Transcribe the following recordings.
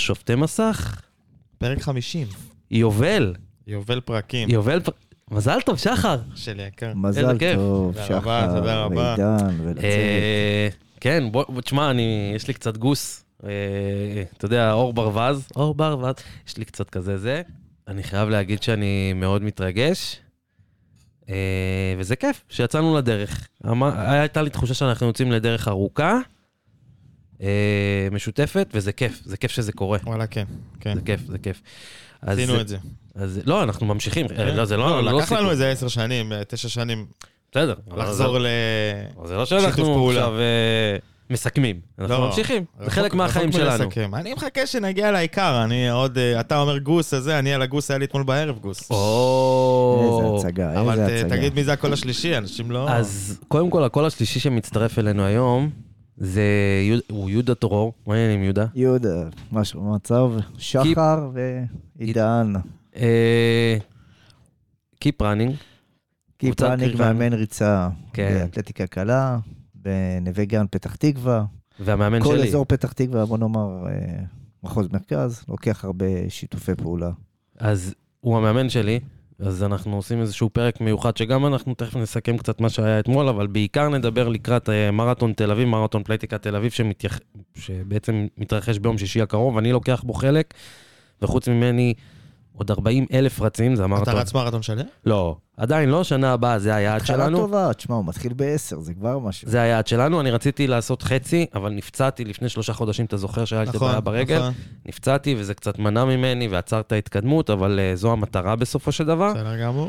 שופטי מסך. פרק 50. יובל. יובל פרקים. מזל טוב, שחר. שלי יקר. מזל טוב, שחר, תודה רבה. ועידן ולצוות. כן, בוא תשמע, יש לי קצת גוס. אתה יודע, אור ברווז, יש לי קצת כזה זה. אני חייב להגיד שאני מאוד מתרגש. וזה כיף שיצאנו לדרך. הייתה לי תחושה שאנחנו יוצאים לדרך ארוכה, משותפת, וזה כיף. זה כיף שזה קורה. וואלה, כן. זה כיף. עשינו את זה. לא, אנחנו ממשיכים. לקח לנו איזה 10 שנים, 9 שנים. בסדר. לחזור זה לא שאנחנו עכשיו מסכמים. אנחנו ממשיכים. זה חלק מהחיים שלנו. אני מחכה שנגיע לעיקר. אתה אומר גוס הזה, אני על הגוס, היה לי אתמול בערב גוס. איזה הצגה. אבל תגיד מי זה הקול השלישי, אנשים לא... אז קודם כל, הקול השלישי שמצטרף אלינו היום, הוא יהודה טרור. מה העניין עם יהודה? יהודה, משהו מצב, שחר ועידן. קיפ ראנינג. קיפ ראנינג מאמן ריצה באתלטיקה קלה, בנווה גן פתח תקווה. והמאמן שלי. כל אזור פתח תקווה, בוא נאמר, מחוז מרכז, לוקח הרבה שיתופי פעולה. אז הוא המאמן שלי, אז אנחנו עושים איזשהו פרק מיוחד, שגם אנחנו תכף נסכם קצת מה שהיה אתמול, אבל בעיקר נדבר לקראת מרתון תל אביב, מרתון פלייטיקה תל אביב, שבעצם מתרחש ביום שישי הקרוב, אני לוקח בו חלק, וחוץ ממני עוד 40,000 רצים, זה המרתון. אתה רץ מרתון שלם? לא, עדיין לא, שנה הבאה, זה היעד שלנו. התחלה טובה, תשמע, הוא מתחיל ב-10, זה כבר משהו. זה היעד שלנו, אני רציתי לעשות חצי, אבל נפצעתי לפני 3 חודשים, אתה זוכר שהיה לי את הבעיה ברגל, נפצעתי וזה קצת מנע ממני, ועצר את ההתקדמות, אבל זו המטרה בסופו של דבר. בסדר גמור.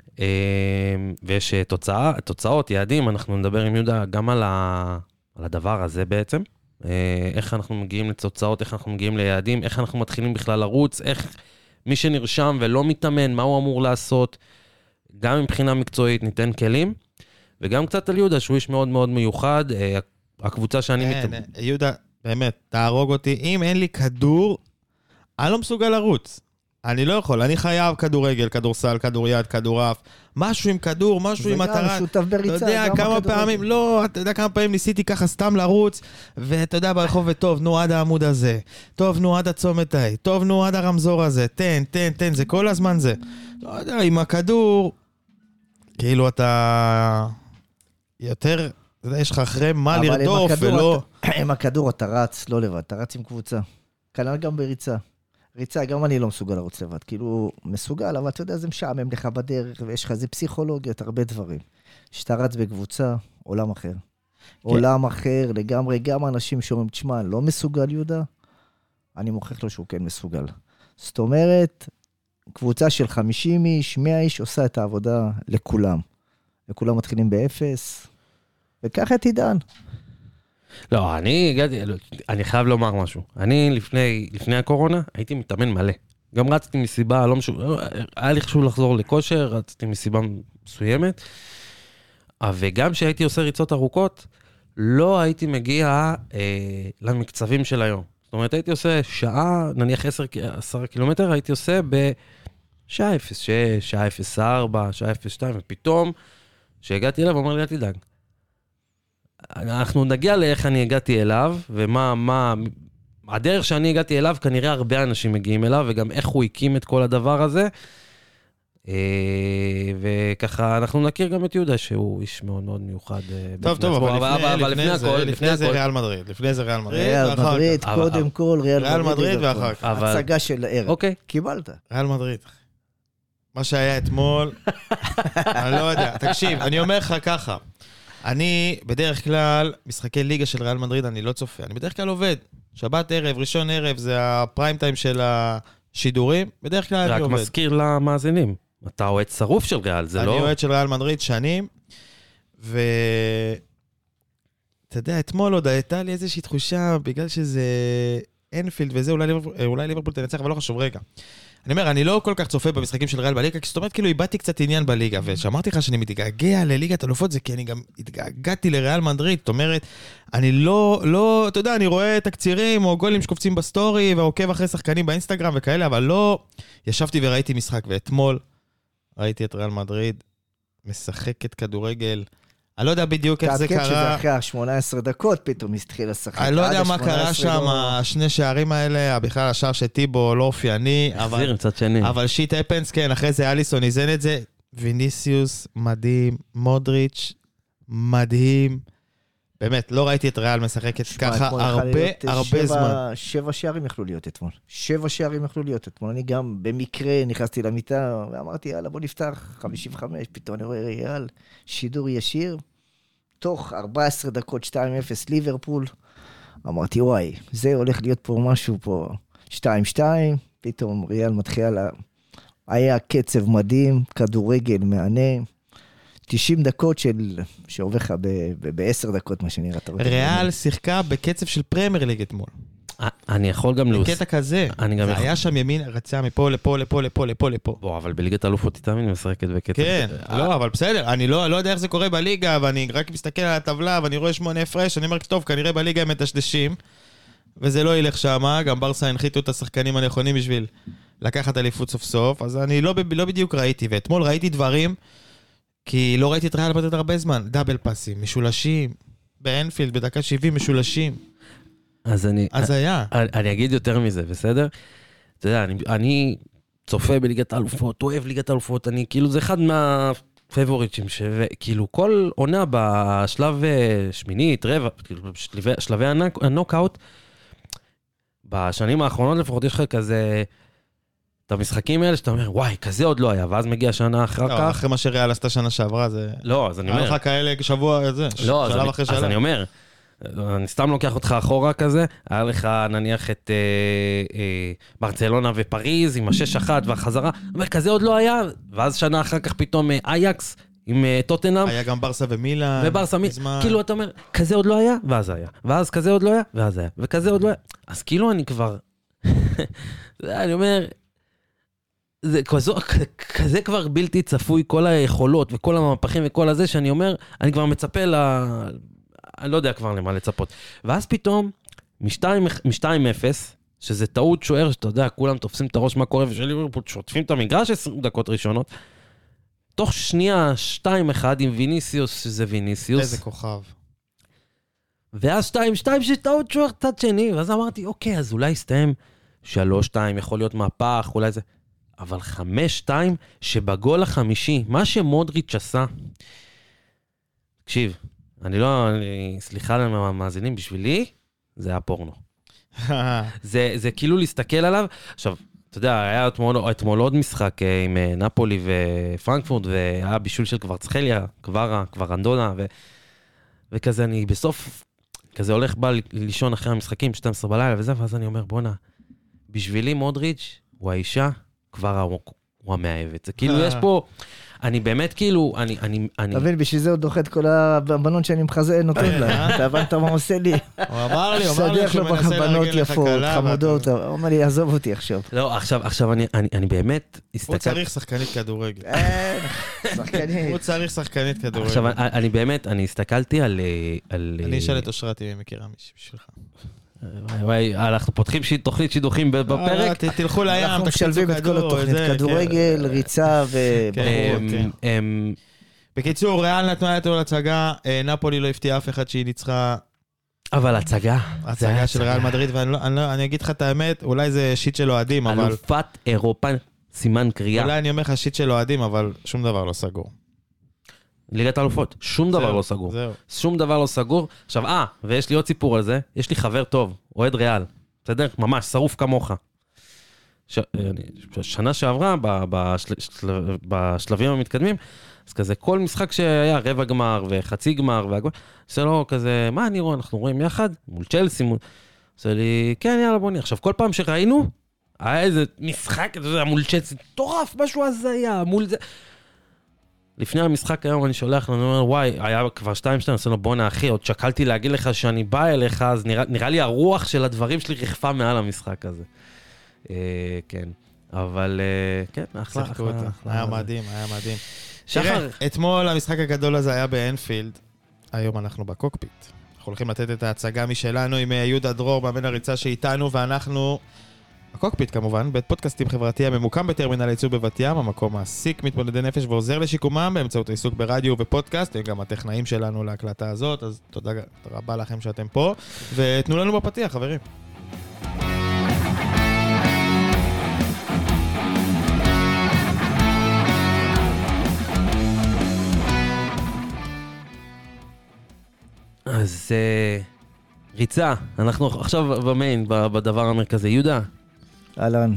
ויש תוצאות, יעדים, אנחנו נדבר עם יהודה גם על הדבר הזה בעצם, איך אנחנו מגיעים לתוצאות, איך אנחנו מגיעים ליעדים, איך אנחנו מתחילים בכלל לרוץ, איך מי שנרשם ולא מתאמן, מה הוא אמור לעשות, גם מבחינה מקצועית ניתן כלים, וגם קצת על יהודה, שהוא איש מאוד מאוד מיוחד, הקבוצה שאני יהודה, באמת, תהרוג אותי, אם אין לי כדור, אני לא מסוגל לרוץ. אני לא יכול, אני חייב כדורגל, כדורסל, כדוריד, כדורף, משהו עם כדור, משהו עם מטרה. וגם שותף בריצה, אתה יודע כמה פעמים, לא, אתה יודע כמה פעמים ניסיתי ככה סתם לרוץ, ואתה יודע ברחוב, וטוב, נו עד העמוד הזה, טוב, נו עד הצומת ההיא, טוב, נו עד הרמזור הזה, תן, זה כל הזמן זה. לא יודע, עם הכדור, כאילו אתה יותר, אתה יודע, יש לך אחרי מה לרדוף, ולא... עם הכדור אתה רץ, לא לבד, אתה רץ עם קבוצה. כנראה גם בריצה. ריצה, גם אני לא מסוגל לרוץ לבד, כאילו מסוגל, אבל אתה יודע, זה משעמם לך בדרך, ויש לך איזה פסיכולוגיות, הרבה דברים. שאתה רץ בקבוצה, עולם אחר. עולם אחר, לגמרי, גם אנשים שאומרים, תשמע, לא מסוגל יהודה, אני מוכיח לו שהוא כן מסוגל. זאת אומרת, קבוצה של 50 איש, 100 איש, עושה את העבודה לכולם. וכולם מתחילים באפס, וככה תידן. לא, אני חייב לומר משהו. אני לפני הקורונה הייתי מתאמן מלא. גם רצתי מסיבה, היה לי חשוב לחזור לכושר, רצתי מסיבה מסוימת, וגם שהייתי עושה ריצות ארוכות, לא הייתי מגיע למקצבים של היום. זאת אומרת, הייתי עושה שעה, נניח 10 קילומטר, הייתי עושה בשעה 06, שעה 04, שעה 02, ופתאום, שהגעתי אליו, אמר לי, אל תדאג. אנחנו נגיע לאיך אני הגעתי אליו, ומה, הדרך שאני הגעתי אליו, כנראה הרבה אנשים מגיעים אליו, וגם איך הוא הקים את כל הדבר הזה, וככה אנחנו נכיר גם את יהודה, שהוא איש מאוד מאוד מיוחד. טוב, אבל לפני זה ריאל מדריד. ריאל מדריד, קודם כל, ריאל מדריד ואחר כך. הצגה של הערב. אוקיי. קיבלת. ריאל מדריד. מה שהיה אתמול, אני לא יודע. תקשיב, אני אומר לך ככה, אני בדרך כלל, משחקי ליגה של ריאל מדריד, אני לא צופה. אני בדרך כלל עובד. שבת ערב, ראשון ערב, זה הפריים טיים של השידורים. בדרך כלל אני עובד. רק מזכיר למאזינים. אתה אוהד שרוף של ריאל, זה לא... אני אוהד של ריאל מדריד שנים, ואתה יודע, אתמול עוד הייתה לי איזושהי תחושה, בגלל שזה אנפילד וזה, אולי ליברפול תנצח, אבל לא חשוב רגע. אני אומר, אני לא כל כך צופה במשחקים של ריאל בליגה, כי זאת אומרת, כאילו, איבדתי קצת עניין בליגה, ושאמרתי לך שאני מתגעגע לליגת אלופות, זה כי אני גם התגעגעתי לריאל מדריד, זאת אומרת, אני לא, אתה יודע, אני רואה תקצירים או גולים שקופצים בסטורי, ועוקב אחרי שחקנים באינסטגרם וכאלה, אבל לא, ישבתי וראיתי משחק, ואתמול ראיתי את ריאל מדריד, משחקת כדורגל אני לא יודע בדיוק איך זה תעדכן שזה קרה. אחרי 18 דקות, פתאום התחיל לשחק. אני לא יודע מה קרה 18 שם, השני שערים האלה, בכלל השער של טיבו לא אופייני, החזיר מצד שני. אבל שיט אפנס, כן, אחרי זה אליסון איזן את זה, ויניסיוס מדהים, מודריץ' מדהים, באמת, לא ראיתי את ריאל משחקת ככה הרבה זמן. 7 שערים יכלו להיות אתמול. 7 שערים יכלו להיות אתמול. אני גם במקרה נכנסתי למיטה, ואמרתי, יאללה, בוא נפתח 55, פתאום אני רואה ריאל, שידור ישיר, תוך 14 דקות 2-0 ליברפול, אמרתי, וואי, זה הולך להיות פה משהו פה, 2-2, פתאום ריאל מתחילה, היה קצב מדהים, כדורגל מענה, 90 דקות שעובר לך ב-10 דקות, מה שנראה. ריאל שיחקה בקצב של פרמייר ליג אתמול. אני יכול גם להוסיף. בקטע כזה. זה היה שם ימין, רצה מפה לפה, לפה, לפה, לפה, לפה. בוא, אבל בליגת האלופות היא תמיד משחקת בקצב. כן, לא, אבל בסדר. אני לא יודע איך זה קורה בליגה, ואני רק מסתכל על הטבלה, ואני רואה 8 הפרש, אני אומר, טוב, כנראה בליגה הם מדשדשים, וזה לא ילך שם. גם ברסה הנחיתו את השחקנים הנכונים בשביל לקחת אליפות סוף סוף, אז אני לא בדיוק ראיתי, ואתמול ראיתי דברים כי לא ראיתי את ריאל מדריד הרבה זמן. דאבל פאסים, משולשים, באנפילד, בדקה 70 משולשים. אז היה. אני אגיד יותר מזה, בסדר? אתה יודע, אני צופה בליגת האלופות, אוהב ליגת האלופות, אני כאילו, זה אחד מהפייבוריטים, כאילו כל עונה בשלב שמינית, רבע, שלבי הנוקאוט, בשנים האחרונות לפחות יש לך כזה, את המשחקים האלה שאתה אומר, וואי, כזה עוד לא היה, ואז מגיע שנה אחר כך. אחרי מה שריאל עשתה שנה שעברה, זה... לא, אז אני אומר... היה לך כאלה שבוע, זה, שלב אחרי שלב. אז אני אומר, אני סתם לוקח אותך אחורה כזה, היה לך נניח את ברצלונה ופריז עם ה-6-1 והחזרה, אומר, כזה עוד לא היה, ואז שנה אחר כך פתאום אייקס עם טוטנהאם. היה גם ברסה ומילאן. וברסה מילאן, כאילו אתה אומר, כזה עוד לא היה, ואז היה. ואז כזה עוד לא היה, ואז היה. וכזה עוד לא היה. אז כאילו אני כבר... אני אומר... זה כזה כבר בלתי צפוי, כל היכולות וכל המהפכים וכל הזה, שאני אומר, אני כבר מצפה אני לא יודע כבר למה לצפות. ואז פתאום, מ-2-0, שזה טעות שוער, שאתה יודע, כולם תופסים את הראש מה קורה, ושליברפול שוטפים את המגרש 20 דקות ראשונות, תוך שנייה 2-1 עם ויניסיוס, שזה ויניסיוס. איזה כוכב. ואז 2-2 שטעות שוער צד שני, ואז אמרתי, אוקיי, אז אולי יסתיים 3-2, יכול להיות מהפך, אולי זה... אבל 5-2, שבגול החמישי, מה שמודריץ' עשה, תקשיב, סליחה למאזינים, בשבילי, זה היה פורנו. זה כאילו להסתכל עליו, עכשיו, אתה יודע, היה אתמול עוד משחק עם נפולי ופרנקפורט, והיה בישול של קוורצחליה, קוורנדונה, וכזה אני בסוף, כזה הולך בא לישון אחרי המשחקים, 12 בלילה וזה, ואז אני אומר, בונה, בשבילי מודריץ' הוא האישה, כבר הוא המאהבת. זה כאילו יש פה, אני באמת כאילו, אני... תבין, בשביל זה הוא דוחה את כל הבנות שאני מחזה נותן לה. אתה הבנת מה עושה לי? הוא אמר לי שהוא מנסה לארגן לך קלה. חמודות, הוא אומר לי, עזוב אותי עכשיו. לא, עכשיו אני באמת... הוא צריך שחקנית כדורגל. שחקנית. הוא צריך שחקנית כדורגל. עכשיו, אני באמת, אני הסתכלתי על... אני אשאל את אושרת אם היא מכירה מישהו בשבילך. וואי, אנחנו פותחים תוכנית שידוכים בפרק. תלכו לים, אנחנו משלבים את כל התוכנית, כדורגל, ריצה ובחורות. בקיצור, ריאל נתנה את הצגה, נפולי לא הפתיע אף אחד שהיא ניצחה. אבל הצגה. הצגה של ריאל מדריד, ואני אגיד לך את האמת, אולי זה שיט של אוהדים, אבל... אלופת אירופה, סימן קריאה. אולי אני אומר לך שיט של אוהדים, אבל שום דבר לא סגור. ליגת האלופות, שום דבר לא סגור. שום דבר לא סגור. עכשיו, ויש לי עוד סיפור על זה, יש לי חבר טוב, אוהד ריאל, בסדר? ממש, שרוף כמוך. שנה שעברה, בשלבים המתקדמים, אז כזה כל משחק שהיה רבע גמר וחצי גמר, זה לא כזה, מה אני רואה? אנחנו רואים יחד, מול צ'לסי, זה לי, כן, יאללה בוא נהיה. עכשיו, כל פעם שראינו, היה איזה משחק, זה היה מול צ'לסי, טורף, משהו הזה היה, מול זה... לפני המשחק היום אני שולח לנו, אומר, וואי, היה כבר 2-2, אני עושה לו, בונה אחי, עוד שקלתי להגיד לך שאני בא אליך, אז נראה לי הרוח של הדברים שלי רכפה מעל המשחק הזה. כן, אבל כן, אחלה. היה מדהים, היה מדהים. תראה, אתמול המשחק הגדול הזה היה באנפילד, היום אנחנו בקוקפיט. אנחנו הולכים לתת את ההצגה משלנו עם יהודה דרור, מאמן הריצה שאיתנו, ואנחנו הקוקפיט כמובן, בית פודקאסטים חברתי הממוקם בטרמינל הייצור בבת ים, המקום מעסיק מתמודדי נפש ועוזר לשיקומם באמצעות העיסוק ברדיו ופודקאסט, וגם הטכנאים שלנו להקלטה הזאת, אז תודה רבה לכם שאתם פה, ותנו לנו בפתיח, חברים. אז ריצה, אנחנו עכשיו במיין, בדבר המרכזי. יהודה, אהלן.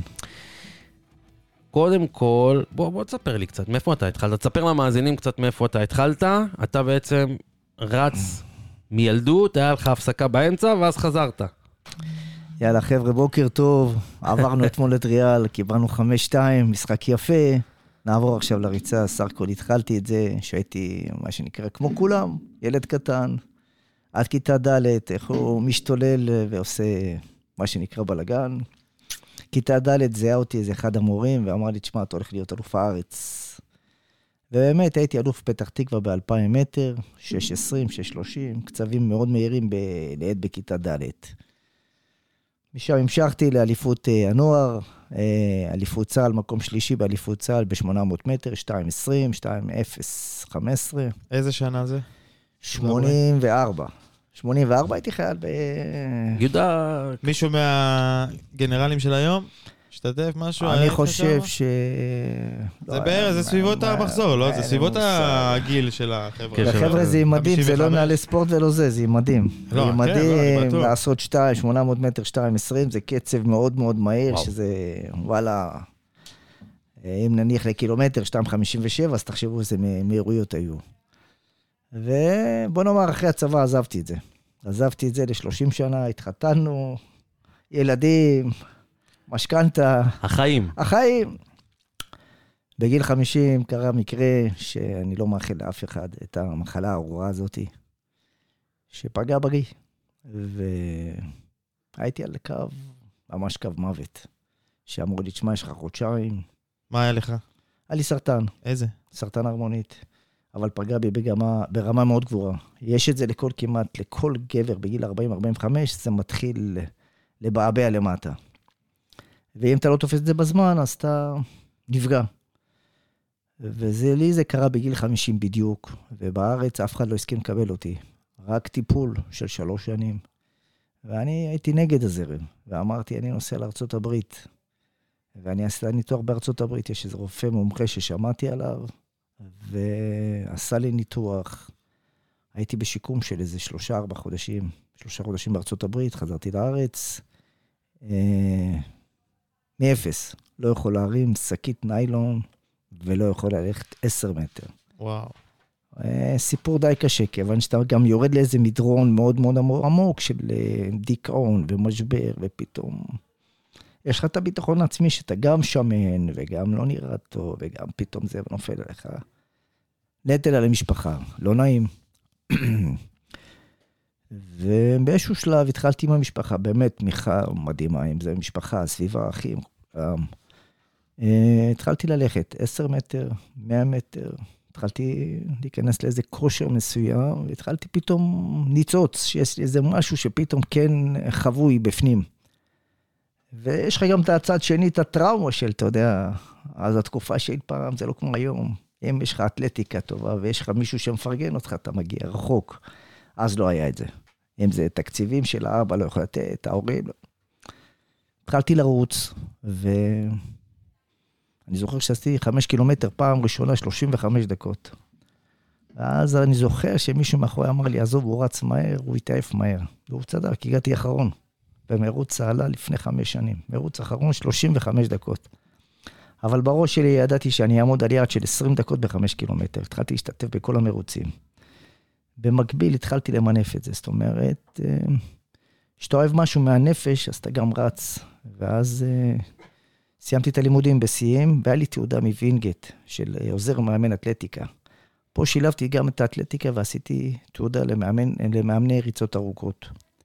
קודם כל, בוא תספר לי קצת, מאיפה אתה התחלת? תספר למאזינים קצת מאיפה אתה התחלת. אתה בעצם רץ מילדות, היה לך הפסקה באמצע, ואז חזרת. יאללה, חבר'ה, בוקר טוב. עברנו אתמול את ריאל, קיבלנו 5-2, משחק יפה. נעבור עכשיו לריצה, סרקול, התחלתי את זה, שהייתי, מה שנקרא, כמו כולם, ילד קטן, עד כיתה ד', איך הוא משתולל ועושה מה שנקרא בלגן. כיתה ד' זהה אותי איזה אחד המורים, ואמר לי, תשמע, אתה הולך להיות אלוף הארץ. ובאמת, הייתי אלוף פתח תקווה ב-2000 מטר, 6.20, 6.30, קצבים מאוד מהירים ליד בכיתה ד'. משם המשכתי לאליפות הנוער, אליפות צה"ל, מקום שלישי באליפות צה"ל ב-800 מטר, 2.20, 2.015. איזה שנה זה? 84. 84 הייתי חייל יהודה... מישהו מהגנרלים של היום? השתתף משהו? אני חושב ש... זה בערך, זה סביבות המחזור, לא? זה סביבות הגיל של החבר'ה. לחבר'ה זה מדהים, זה לא מנהלי ספורט ולא זה מדהים. זה מדהים לעשות 800 מטר, 2.20, זה קצב מאוד מאוד מהיר, שזה, וואלה, אם נניח לקילומטר, 2.57, אז תחשבו איזה מהירויות היו. ובוא נאמר, אחרי הצבא עזבתי את זה. עזבתי את זה ל-30 שנה, התחתנו, ילדים, משכנתה. החיים. החיים. בגיל 50 קרה מקרה שאני לא מאחל לאף אחד את המחלה הארורה הזאת, שפגע בגי. והייתי על קו, ממש קו מוות, שאמרו לי, תשמע, יש לך חודשיים. מה היה לך? היה לי סרטן. איזה? סרטן הרמונית. אבל פגע בי ברמה מאוד גבוהה. יש את זה כמעט לכל גבר בגיל 40-45, זה מתחיל לבעבע למטה. ואם אתה לא תופס את זה בזמן, אז אתה נפגע. לי זה קרה בגיל 50 בדיוק, ובארץ אף אחד לא הסכים לקבל אותי. רק טיפול של 3 שנים. ואני הייתי נגד הזרם, ואמרתי, אני נוסע לארצות הברית. ואני עשיתי ניתוח בארצות הברית, יש איזה רופא מומחה ששמעתי עליו, ועשה לי ניתוח. הייתי בשיקום של איזה 3-4 חודשים. 3 חודשים בארצות הברית, חזרתי לארץ. מאפס. לא יכול להרים שקית ניילון, ולא יכול ללכת 10 מטר. וואו. סיפור די קשה, כיוון שאתה גם יורד לאיזה מדרון מאוד מאוד עמוק של דיכאון ומשבר, ופתאום יש לך את הביטחון העצמי שאתה גם שמן, וגם לא נראה טוב, וגם פתאום זה נופל עליך. נטל על המשפחה, לא נעים. ובאיזשהו שלב התחלתי עם המשפחה, באמת תמיכה מדהימה, אם זה משפחה, סביבה, אחים. התחלתי ללכת 10 מטר, 100 מטר, התחלתי להיכנס לאיזה כושר מסוים, והתחלתי פתאום ניצוץ, שיש לי איזה משהו שפתאום כן חבוי בפנים. ויש לך גם את הצד שני, את הטראומה של, אתה יודע, אז התקופה של פעם, זה לא כמו היום. אם יש לך אתלטיקה טובה, ויש לך מישהו שמפרגן אותך, אתה מגיע רחוק. אז לא היה את זה. אם זה תקציבים של האבא, לא יכול לתת, ההורים. לא. התחלתי לרוץ, ואני זוכר שעשיתי 5 קילומטר פעם ראשונה, 35 דקות. ואז אני זוכר שמישהו מאחורי אמר לי, עזוב, הוא רץ מהר, הוא התעף מהר. והוא צדק, הגעתי אחרון. במרוץ עלה לפני 5 שנים. מרוץ אחרון, 35 דקות. אבל בראש שלי ידעתי שאני אעמוד על יעד של 20 דקות ב5 קילומטר. התחלתי להשתתף בכל המרוצים. במקביל התחלתי למנף את זה. זאת אומרת, שאתה אוהב משהו מהנפש, אז אתה גם רץ. ואז סיימתי את הלימודים בסיים, והיה לי תעודה מווינגט של עוזר מאמן אתלטיקה. פה שילבתי גם את האתלטיקה, ועשיתי תעודה למאמני ריצות ארוכות.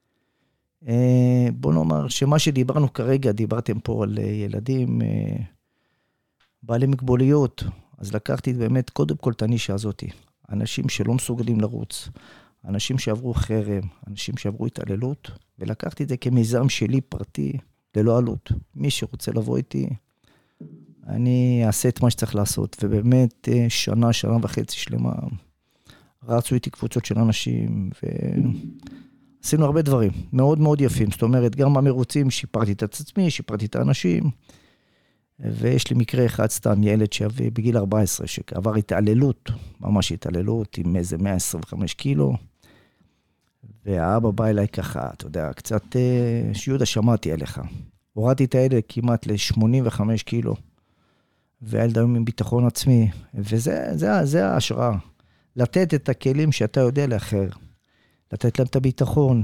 בוא נאמר שמה שדיברנו כרגע, דיברתם פה על ילדים בעלי מגבוליות, אז לקחתי באמת קודם כל את הנישה הזאת. אנשים שלא מסוגלים לרוץ, אנשים שעברו חרם, אנשים שעברו התעללות, ולקחתי את זה כמיזם שלי פרטי, ללא עלות. מי שרוצה לבוא איתי, אני אעשה את מה שצריך לעשות, ובאמת שנה וחצי שלמה, רצו איתי קבוצות של אנשים, ועשינו הרבה דברים, מאוד מאוד יפים, זאת אומרת, גם המרוצים, שיפרתי את עצמי, שיפרתי את האנשים, ויש לי מקרה אחד סתם, ילד שווה בגיל 14, שעבר התעללות, ממש התעללות, עם איזה 125 קילו, והאבא בא אליי ככה, אתה יודע, קצת, שיהודה, שמעתי עליך. הורדתי את הילד כמעט ל-85 קילו, והילד היום עם ביטחון עצמי, וזה ההשראה. לתת את הכלים שאתה יודע לאחר, לתת להם את הביטחון.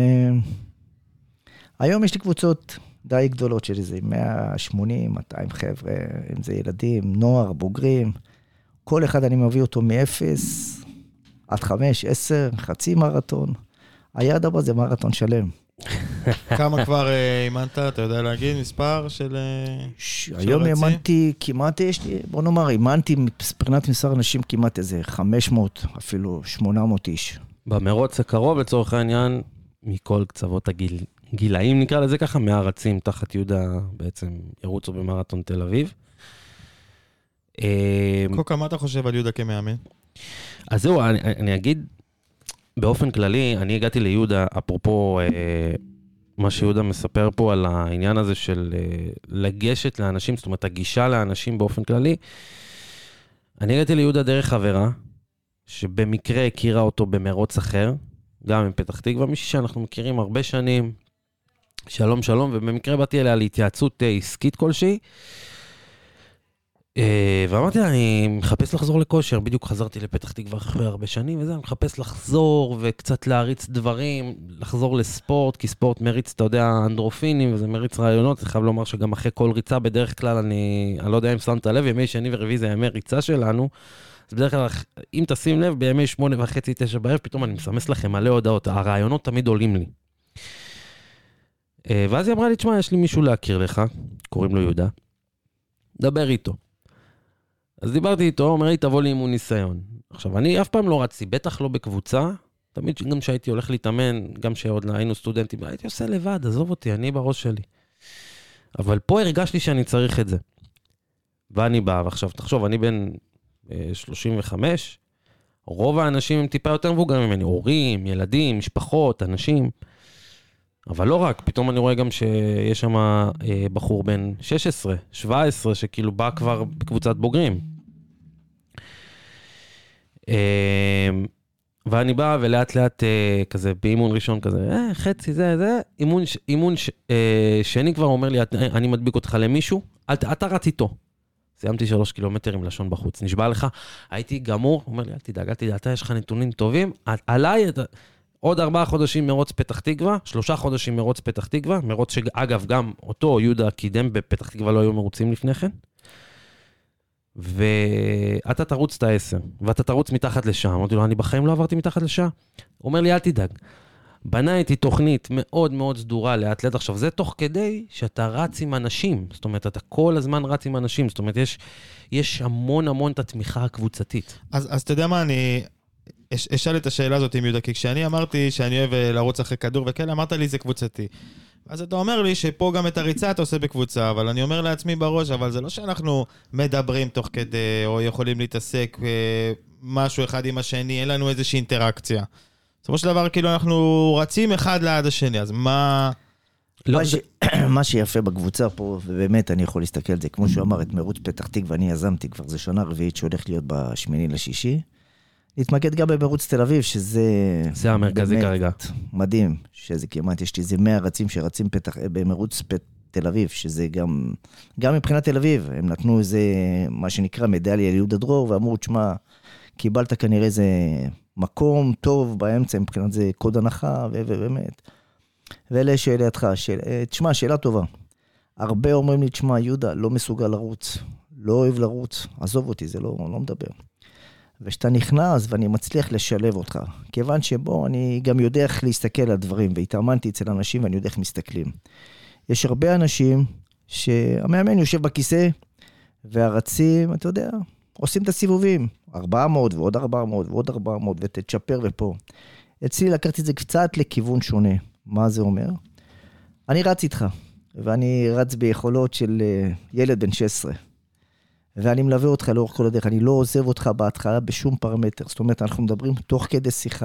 היום יש לי קבוצות די גדולות של איזה 180, 200 חבר'ה, אם זה ילדים, נוער, בוגרים. כל אחד אני מביא אותו מ-0 עד 5, 10, חצי מרתון. היעד הבא זה מרתון שלם. כמה כבר אימנת, אתה יודע להגיד, מספר של... היום אימנתי כמעט, יש לי, בוא נאמר, אימנתי מבחינת מספר אנשים כמעט איזה 500, אפילו 800 איש. במרוץ הקרוב, לצורך העניין, מכל קצוות הגילאים, נקרא לזה ככה, מהרצים תחת יהודה בעצם ירוצו במרתון תל אביב. קוקה, מה אתה חושב על יהודה כמאמן? אז זהו, אני אגיד, באופן כללי, אני הגעתי ליהודה, אפרופו מה שיהודה מספר פה על העניין הזה של לגשת לאנשים, זאת אומרת, הגישה לאנשים באופן כללי. אני הגעתי ליהודה דרך חברה, שבמקרה הכירה אותו במרוץ אחר, גם עם פתח תקווה, מישהי שאנחנו מכירים הרבה שנים, שלום שלום, ובמקרה באתי אליה להתייעצות עסקית כלשהי, ואמרתי לה, אני מחפש לחזור לכושר, בדיוק חזרתי לפתח תקווה אחרי הרבה שנים, וזה, אני מחפש לחזור וקצת להריץ דברים, לחזור לספורט, כי ספורט מריץ, אתה יודע, אנדרופינים, וזה מריץ רעיונות, אני חייב לומר שגם אחרי כל ריצה, בדרך כלל אני לא יודע אם שמת לב, ימי שני ורביעי זה ימי ריצה שלנו, אז בדרך כלל, אם תשים לב, בימי 8:30, 9 בערב, פתאום אני מסמס לכם מלא הודעות, הרעיונות תמיד עולים לי. ואז היא אמרה לי, תשמע, יש לי מישהו להכיר לך, קוראים לו יהודה, דבר איתו. אז דיברתי איתו, אומר לי, תבוא לי אימון ניסיון. עכשיו, אני אף פעם לא רצתי, בטח לא בקבוצה, תמיד גם שהייתי הולך להתאמן, גם שעוד היינו סטודנטים, הייתי עושה לבד, עזוב אותי, אני בראש שלי. אבל פה הרגשתי שאני צריך את זה. ואני בא, ועכשיו, תחשוב, אני בן 35, רוב האנשים הם טיפה יותר מבוגרים ממני, הורים, ילדים, משפחות, אנשים, אבל לא רק, פתאום אני רואה גם שיש שם בחור בן 16, 17, שכאילו בא כבר בקבוצת בוגרים. ואני בא ולאט לאט כזה, באימון ראשון כזה, חצי זה, אימון שני כבר אומר לי, אני מדביק אותך למישהו, אתה רץ איתו. סיימתי 3 קילומטר עם לשון בחוץ, נשבע לך, הייתי גמור, אומר לי, אל תדאג, אתה יש לך נתונים טובים, עליי, עוד 4 חודשים מרוץ פתח תקווה, 3 חודשים מרוץ פתח תקווה, מרוץ שאגב גם אותו יהודה קידם בפתח תקווה לא היו מרוצים לפני כן, ואתה תרוץ את 10, ואתה תרוץ מתחת לשעה, אמרתי לו, אני בחיים לא עברתי מתחת לשעה, הוא אומר לי, אל תדאג, בנה איתי תוכנית מאוד מאוד סדורה לאטלט, עכשיו זה תוך כדי שאתה רץ עם אנשים, זאת אומרת, אתה כל הזמן רץ עם אנשים, זאת אומרת, יש המון את התמיכה הקבוצתית. אז אתה יודע מה, אני אשאל את השאלה הזאת עם יהודה, כי כשאני אמרתי שאני אוהב לרוץ אחרי כדור וכאלה, אמרת לי זה קבוצתי. אז אתה אומר לי שפה גם את הריצה אתה עושה בקבוצה, אבל אני אומר לעצמי בראש, אבל זה לא שאנחנו מדברים תוך כדי, או יכולים להתעסק משהו אחד עם השני, אין לנו איזושהי אינטראקציה. בסופו של דבר, כאילו אנחנו רצים אחד ליד השני, אז מה... מה שיפה בקבוצה פה, ובאמת אני יכול להסתכל על זה, כמו שהוא אמר, את מרוץ פתח תקווה, ואני יזמתי כבר, זה שנה רביעית שהולך להיות ב8/6, להתמקד גם במרוץ תל אביב, שזה... זה המרכזי כרגע. מדהים, שזה כמעט, יש לי איזה 100 רצים שרצים במרוץ תל אביב, שזה גם מבחינת תל אביב, הם נתנו איזה, מה שנקרא, מדליה ליהודה דרור, ואמרו, תשמע, קיבלת כנראה איזה מקום טוב באמצע, מבחינת זה קוד הנחה, ובאמת. ואלה שאלתך, תשמע, שאלה טובה. הרבה אומרים לי, תשמע, יהודה לא מסוגל לרוץ, לא אוהב לרוץ, עזוב אותי, זה לא מדבר. ושאתה נכנס ואני מצליח לשלב אותך, כיוון שבו אני גם יודע איך להסתכל על דברים, והתאמנתי אצל אנשים ואני יודע איך מסתכלים. יש הרבה אנשים שהמאמן יושב בכיסא, והרצים, אתה יודע, עושים את הסיבובים, 400 ועוד 400 ועוד 400, ותצ'פר ופה. אצלי לקחתי את זה קצת לכיוון שונה. מה זה אומר? אני רץ איתך. ואני רץ ביכולות של ילד בן 16. ואני מלווה אותך לאורך כל הדרך, אני לא עוזב אותך בהתחלה בשום פרמטר. זאת אומרת, אנחנו מדברים תוך כדי שיחה.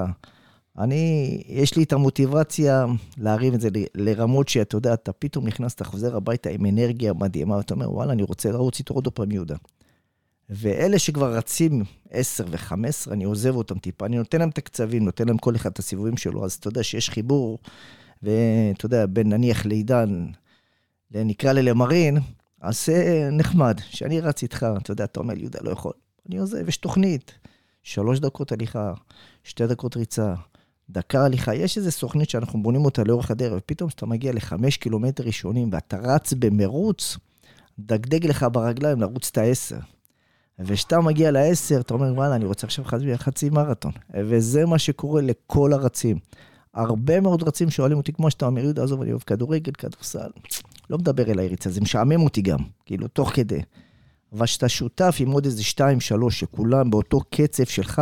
יש לי את המוטיבציה להרים את זה לרמות שאתה יודע, אתה פתאום נכנס, אתה חוזר הביתה עם אנרגיה מדהימה, ואתה אומר, וואלה, אני רוצה לרוץ איתו עוד פעם יהודה. ואלה שכבר רצים 10 ו-15, אני עוזב אותם טיפה, אני נותן להם את הקצבים, נותן להם כל אחד את הסיבובים שלו, אז אתה יודע שיש חיבור, ואתה יודע, בין נניח לעידן, נקרא למרין, אז זה נחמד, שאני רץ איתך, אתה יודע, אתה אומר, יהודה לא יכול, אני עוזב, יש תוכנית, 3 דקות הליכה, 2 דקות ריצה, דקה הליכה, יש איזו סוכנית שאנחנו בונים אותה לאורך הדרך, ופתאום שאתה מגיע ל5 קילומטר ראשונים, ואתה רץ במרוץ, דגדג לך ברגליים לרוץ את 10. ושאתה מגיע ל10, אתה אומר, וואלה, אני רוצה עכשיו חצי מרתון. וזה מה שקורה לכל הרצים. הרבה מאוד רצים שואלים אותי, כמו שאתה אומר, יהודה, עזוב, אני אוהב כדורגל, כדורסל. לא מדבר אל היריצה, זה משעמם אותי גם, כאילו, תוך כדי. אבל שאתה שותף עם עוד איזה 2-3, שכולם באותו קצב שלך,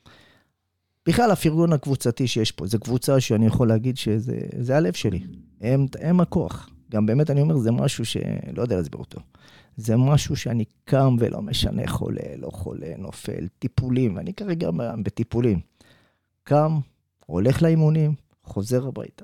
בכלל, הפרגון הקבוצתי שיש פה, זו קבוצה שאני יכול להגיד שזה הלב שלי. הם הכוח. גם באמת אני אומר, זה משהו שלא יודע להסביר אותו. זה משהו שאני קם ולא משנה חולה, לא חולה, נופל, טיפולים. אני כרגע בטיפולים. קם, הולך לאימונים, חוזר הביתה.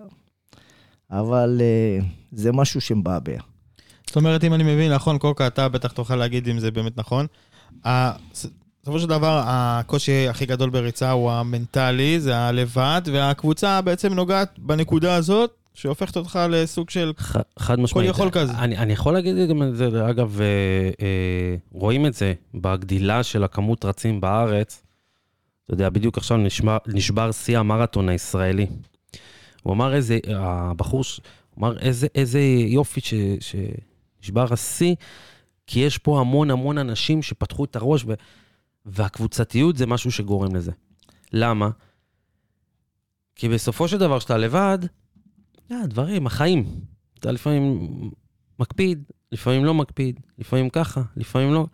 אבל זה משהו שמבעבע. זאת אומרת, אם אני מבין, נכון, קוקה, אתה בטח תוכל להגיד אם זה באמת נכון. בסופו של דבר, הקושי הכי גדול בריצה הוא המנטלי, זה הלבד, והקבוצה בעצם נוגעת בנקודה הזאת, שהופכת אותך לסוג של חד משמעית. כל יכול כזה. אני יכול להגיד גם את זה, אגב, רואים את זה בגדילה של הכמות רצים בארץ. אתה יודע, בדיוק עכשיו נשבר שיא המרתון הישראלי. הוא אמר הבחור, הוא אמר איזה יופי שנשבר השיא, כי יש פה המון אנשים שפתחו את הראש, והקבוצתיות זה משהו שגורם לזה. למה? כי בסופו של דבר שאתה לבד, דברים, החיים. אתה לפעמים מקפיד, לפעמים לא מקפיד, לפעמים ככה, לפעמים לא.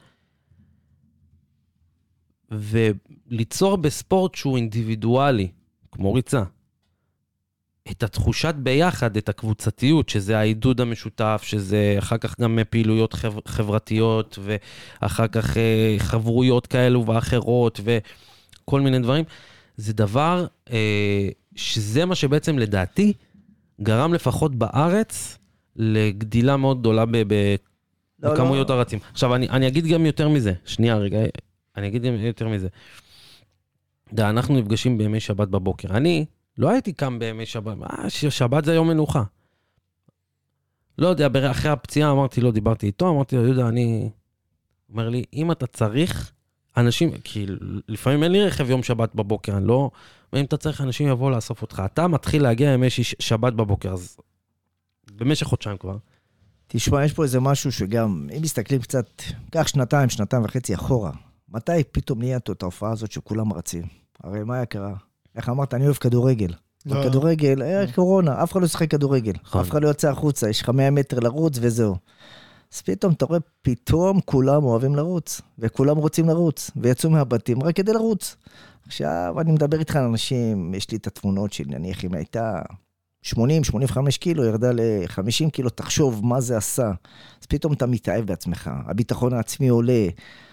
וליצור בספורט שהוא אינדיבידואלי, כמו ריצה, את התחושת ביחד, את הקבוצתיות, שזה העידוד המשותף, שזה אחר כך גם פעילויות חברתיות, ואחר כך חברויות כאלו ואחרות, וכל מיני דברים. זה דבר שזה מה שבעצם לדעתי, גרם לפחות בארץ, לגדילה מאוד גדולה בכמויות הרצים. עכשיו, אני אגיד גם יותר מזה. שנייה, רגע, אני אגיד גם יותר מזה. אנחנו נפגשים בימי שבת בבוקר. אני לא הייתי קם בימי שבת, שבת זה יום מנוחה. לא יודע, אחרי הפציעה אמרתי לו, דיברתי איתו, אמרתי לו, יהודה, אומר לי, אם אתה צריך, אנשים, כי לפעמים אין לי רכב יום שבת בבוקר, אני לא, ואם אתה צריך, אנשים יבואו לאסוף אותך. אתה מתחיל להגיע ימי שבת בבוקר, אז במשך חודשיים כבר. תשמע, יש פה איזה משהו שגם, אם מסתכלים קצת, כך 2.5 אחורה, מתי פתאום נהיית את ההופעה הזאת שכולם רצים? הרי מה היה קרה? איך אמרת, אני אוהב כדורגל. כדורגל, היה קורונה, אף אחד לא שחק כדורגל. אף אחד לא יוצא החוצה, יש לך 100 מטר לרוץ וזהו. אז פתאום אתה רואה, פתאום כולם אוהבים לרוץ, וכולם רוצים לרוץ, ויצאו מהבתים רק כדי לרוץ. עכשיו אני מדבר איתך על אנשים, יש לי את התמונות של נניח אם הייתה 80-85 קילו, ירדה ל-50 קילו, תחשוב מה זה עשה. אז פתאום אתה מתאהב בעצמך, הביטחון העצמי עולה,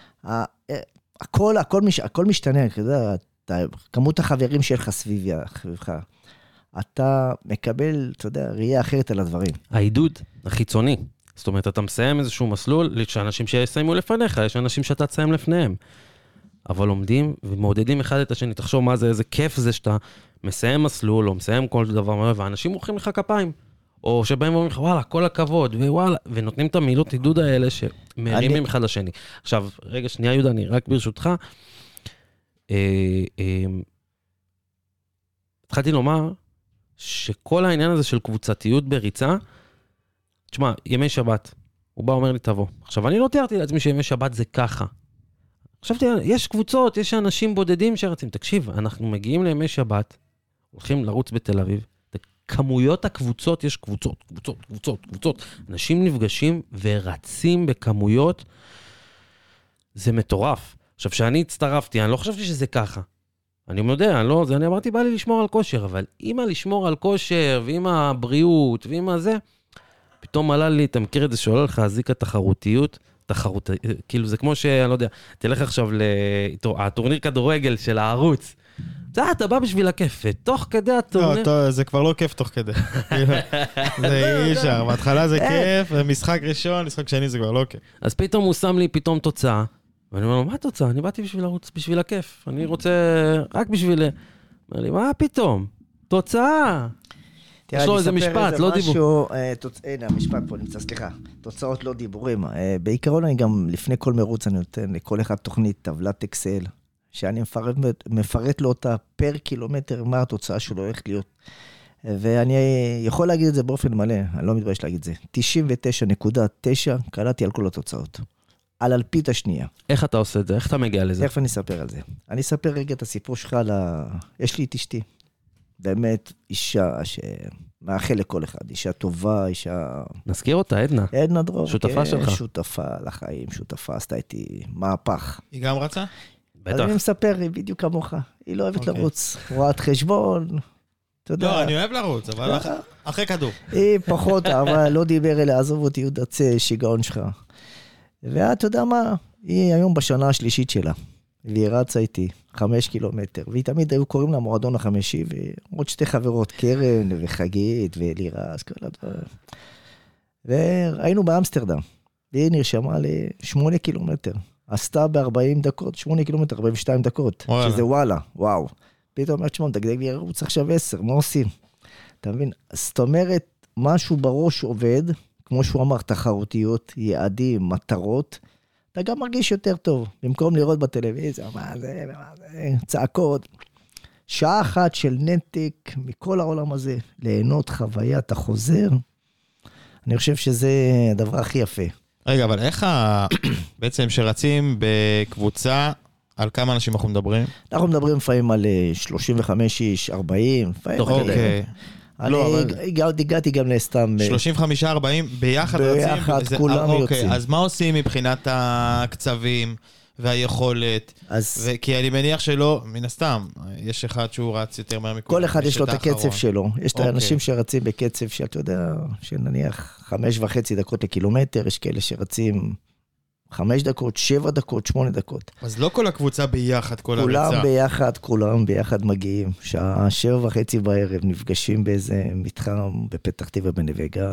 הכל משתנה, אתה יודע, כמות החברים שלך סביבך, אתה מקבל, אתה יודע, ראייה אחרת על הדברים. העידוד החיצוני, זאת אומרת, אתה מסיים איזשהו מסלול, יש אנשים שיסיימו לפניך, יש אנשים שאתה תסיים לפניהם. אבל לומדים ומעודדים אחד את השני, תחשוב מה זה, איזה כיף זה שאתה מסיים מסלול, או מסיים כל דבר, ואנשים מוחאים לך כפיים, או שבהם אומרים לך, וואלה, כל הכבוד, ווואלה, ונותנים את המילות עידוד האלה שמרימים אחד לשני. עכשיו, רגע, שנייה יהודה, אני רק ברשותך, התחלתי לומר, שכל העניין הזה של קבוצתיות בריצה, תשמע, ימי שבת, הוא בא אומר לי, תבוא. עכשיו, אני לא תיארתי לעצמי שימי שבת זה ככה. חשבתי, יש קבוצות, יש אנשים בודדים שרצים. תקשיב, אנחנו מגיעים לימי שבת, הולכים לרוץ בתל אביב, כמויות הקבוצות, יש קבוצות. אנשים נפגשים ורצים בכמויות, זה מטורף. עכשיו, כשאני הצטרפתי, אני לא חשבתי שזה ככה. אני יודע, אני אמרתי, בא לי לשמור על כושר, אבל עם לשמור על כושר, ועם הבריאות, ועם הזה, פתאום עלה לי, אתה מכיר את זה שעולה לך הזיק התחרותיות, כאילו זה כמו שאני לא יודע, תלך עכשיו לטורניר כדורגל של הערוץ, אתה בא בשביל הכיף, ותוך כדי הטורניר... לא, זה כבר לא כיף תוך כדי. זה אי אפשר, בהתחלה זה כיף, ומשחק ראשון, משחק שני זה כבר לא כיף. אז פתאום הוא שם לי פתאום תוצאה, ואני אומר לו, מה התוצאה? אני באתי בשביל לרוץ, בשביל הכיף, אני רוצה רק בשביל... אומר לי, מה פתאום? תוצאה! יש לו איזה משפט, לא דיבור. הנה, המשפט פה נמצא, סליחה. תוצאות לא דיבורים. בעיקרון אני גם לפני כל מרוץ אני נותן לכל אחד תוכנית, טבלת אקסל, שאני מפרט לו אותה פר קילומטר, מה התוצאה שלו הולכת להיות. ואני יכול להגיד את זה באופן מלא, אני לא מתבייש להגיד את זה. 99.9 קלטתי על כל התוצאות. על אלפית השנייה. איך אתה עושה את זה? איך אתה מגיע לזה? איך אני אספר על זה? אני אספר רגע את הסיפור שלך על יש לי את אשתי. באמת אישה שמאחל לכל אחד. אישה טובה, אישה... נזכיר אותה, עדנה. עדנה דרור. שותפה שלך. שותפה לחיים, שותפה, עשתה איתי מהפך. היא גם רצה? בטח. אז אני מספר, היא בדיוק כמוך. היא לא אוהבת לרוץ. רואת חשבון. לא, אני אוהב לרוץ, אבל אחרי כדור. היא פחות, אבל לא דיבר אליה, עזוב אותי, הוא דצה, שיגעון שלך. ואתה יודע מה? היא היום בשנה השלישית שלה. והיא רצה איתי 5 קילומטר, והיא תמיד היו קוראים לה מועדון החמישי, ועוד שתי חברות, קרן וחגית ולירז, כל הדבר. והיינו באמסטרדם, והיא נרשמה ל8 קילומטר. עשתה ב-40 דקות, 8 קילומטר, 42 דקות, שזה וואלה, וואו. פתאום אומרת, שמע, תגדל לי ערוץ עכשיו 10, מה עושים? אתה מבין? זאת אומרת, משהו בראש עובד, כמו שהוא אמר, תחרותיות, יעדים, מטרות, אתה גם מרגיש יותר טוב, במקום לראות בטלוויזיה, מה זה, צעקות. שעה אחת של נתק מכל העולם הזה, ליהנות חוויית החוזר, אני חושב שזה הדבר הכי יפה. רגע, אבל איך בעצם שרצים בקבוצה, על כמה אנשים אנחנו מדברים? אנחנו מדברים לפעמים על 35 איש, 40, לפעמים. אוקיי. אני הגעתי גם לסתם... 35-40 ביחד רצים? ביחד, כולם יוצאים. אז מה עושים מבחינת הקצבים והיכולת? כי אני מניח שלא, מן הסתם, יש אחד שהוא רץ יותר מהר מכולם. כל אחד יש לו את הקצב שלו. יש את האנשים שרצים בקצב שאתה יודע, שנניח 5.5 דקות לקילומטר, יש כאלה שרצים 5 דקות, 7 דקות, 8 דקות. אז לא כל הקבוצה ביחד, כל הריצה. כולם ביחד מגיעים. שעה 7:30 בערב נפגשים באיזה מתחם בפתח תקווה בנווה גן.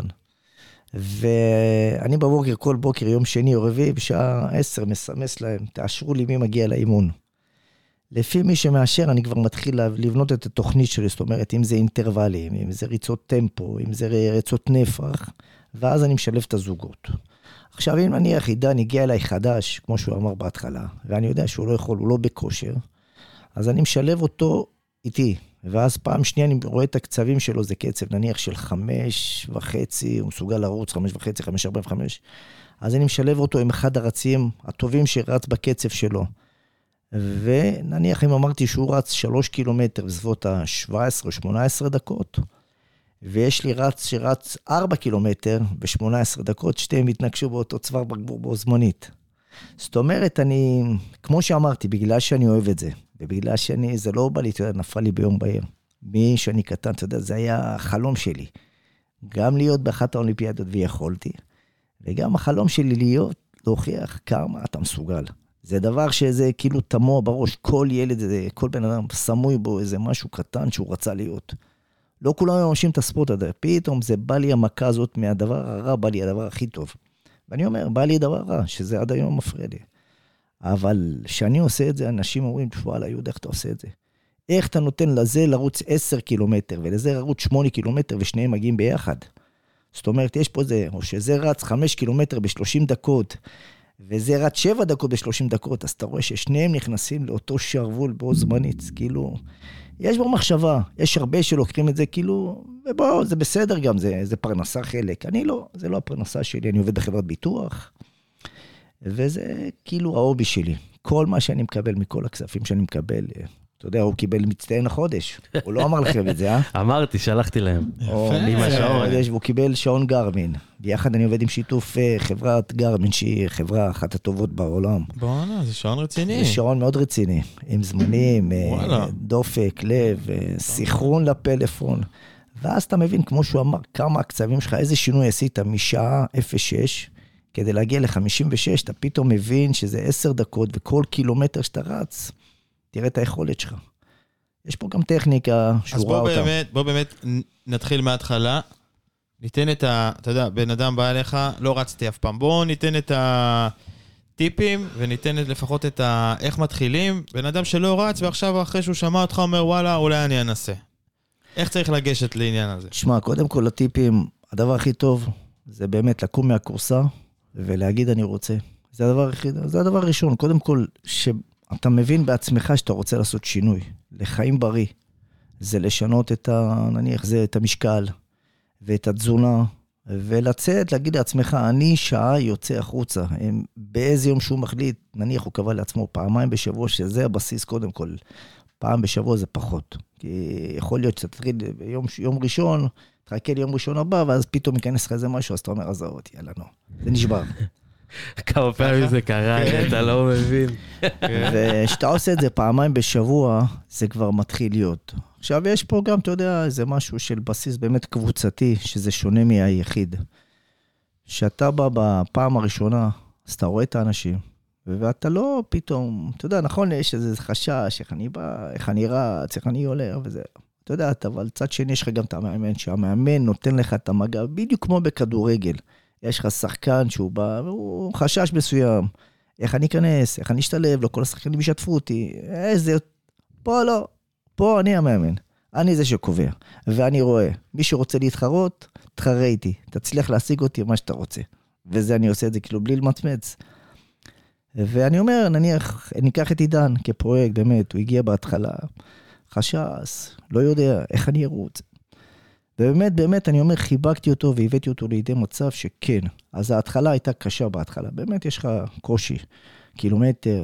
ואני בבוקר, כל בוקר, יום שני או רביעי, בשעה 10 מסמס להם, תאשרו לי מי מגיע לאימון. לפי מי שמאשר, אני כבר מתחיל לבנות את התוכנית שלי, זאת אומרת, אם זה אינטרוולים, אם זה ריצות טמפו, אם זה ריצות נפח, ואז אני משלב את הזוגות. עכשיו, אם נניח עידן הגיע אליי חדש, כמו שהוא אמר בהתחלה, ואני יודע שהוא לא יכול, הוא לא בכושר, אז אני משלב אותו איתי, ואז פעם שנייה אני רואה את הקצבים שלו, זה קצב נניח של 5.5, הוא מסוגל לרוץ 5.5, 5.45, אז אני משלב אותו עם אחד הרצים הטובים שרץ בקצב שלו, ונניח אם אמרתי שהוא רץ 3 קילומטר בסביבות ה-17 או 18 דקות, ויש לי רץ שרץ 4 קילומטר ב-18 דקות, שתיהם התנגשו באותו צוואר בקבוק בו זמנית. זאת אומרת, אני, כמו שאמרתי, בגלל שאני אוהב את זה, ובגלל שאני, זה לא בא לי, אתה יודע, נפל לי ביום בהיר. מי שאני קטן, אתה יודע, זה היה החלום שלי. גם להיות באחת האולימפיאדות ויכולתי, וגם החלום שלי להיות, להוכיח כמה אתה מסוגל. זה דבר שזה כאילו תמוה בראש, כל ילד, כל בן אדם סמוי בו איזה משהו קטן שהוא רצה להיות. לא כולם ממשים את הספורט הזה, פתאום זה בא לי המכה הזאת מהדבר הרע, בא לי הדבר הכי טוב. ואני אומר, בא לי דבר רע, שזה עד היום מפריע לי. אבל כשאני עושה את זה, אנשים אומרים, וואלה, יהודה, איך אתה עושה את זה? איך אתה נותן לזה לרוץ 10 קילומטר, ולזה לרוץ 8 קילומטר, ושניהם מגיעים ביחד? זאת אומרת, יש פה זה, או שזה רץ 5 קילומטר ב-30 דקות, וזה רץ 7 דקות ב-30 דקות, אז אתה רואה ששניהם נכנסים לאותו שרוול בו זמנית, כאילו... יש בו מחשבה, יש הרבה שלוקחים את זה כאילו, ובוא, זה בסדר גם, זה פרנסה חלק. אני לא, זה לא הפרנסה שלי, אני עובד בחברת ביטוח, וזה כאילו ההובי שלי. כל מה שאני מקבל מכל הכספים שאני מקבל, אתה יודע, הוא קיבל מצטיין החודש, הוא לא אמר לכם את זה, אה? אמרתי, שלחתי להם. עם השעון. והוא קיבל שעון גרמין, ביחד אני עובד עם שיתוף חברת גרמין, שהיא חברה אחת הטובות בעולם. בואנה, זה שעון רציני. זה שעון מאוד רציני, עם זמנים, דופק, לב, סיכרון לפלאפון, ואז אתה מבין, כמו שהוא אמר, כמה הקצבים שלך, איזה שינוי עשית משעה 06, כדי להגיע ל-56, אתה פתאום מבין שזה 10 דקות, וכל קילומטר שאתה רץ, תראה את היכולת שלך. יש פה גם טכניקה שהוא ראה אותה. אז בוא באמת נתחיל מההתחלה. ניתן את אתה יודע, בן אדם בא אליך, לא רצתי אף פעם. בוא ניתן את הטיפים, וניתן לפחות את איך מתחילים. בן אדם שלא רץ, ועכשיו אחרי שהוא שמע אותך אומר, וואלה, אולי אני אנסה. איך צריך לגשת לעניין הזה? תשמע, קודם כל הטיפים, הדבר הכי טוב, זה באמת לקום מהקורסה, ולהגיד אני רוצה. זה הדבר הראשון. קודם כל, שאתה מבין בעצמך שאתה רוצה לעשות שינוי. לחיים בריא. זה לשנות נניח, זה את המשקל, ואת התזונה, ולצאת, להגיד לעצמך, אני שעה יוצא החוצה. באיזה יום שהוא מחליט, נניח הוא קבע לעצמו פעמיים בשבוע, שזה הבסיס קודם כל. פעם בשבוע זה פחות. כי יכול להיות שאתה תתחיל ביום ראשון, תחכה ליום ראשון הבא, ואז פתאום ייכנס לך איזה משהו, אז אתה אומר, עזוב אותי, יאללה, זה נשבר. כמה פעמים זה קרה, אתה לא מבין. ושאתה עושה את זה פעמיים בשבוע, זה כבר מתחיל להיות. עכשיו יש פה גם, אתה יודע, זה משהו של בסיס באמת קבוצתי, שזה שונה מהיחיד. שאתה בא בפעם הראשונה, אז אתה רואה את האנשים, ואתה לא פתאום, אתה יודע, נכון, יש איזה חשש, איך אני בא, איך אני רץ, איך אני עולה, וזה, אתה יודע, אבל צד שני יש לך גם את המאמן, שהמאמן נותן לך את המגע, בדיוק כמו בכדורגל. יש לך שחקן שהוא בא, והוא חשש מסוים, איך אני אכנס, איך אני אשתלב, לא כל השחקנים ישתפו אותי, פה לא, פה אני המאמן, אני זה שקובע, ואני רואה, מי שרוצה להתחרות, תחרה איתי, תצליח להשיג אותי מה שאתה רוצה, וזה אני עושה את זה כאילו בלי למצמץ, ואני אומר, נניח, ניקח את עידן כפרויקט, באמת, הוא הגיע בהתחלה, חשש, לא יודע איך אני ארוץ, ובאמת, באמת, אני אומר, חיבקתי אותו והבאתי אותו לידי מצב שכן. אז ההתחלה הייתה קשה בהתחלה. באמת יש לך קושי, 1.2 קילומטר,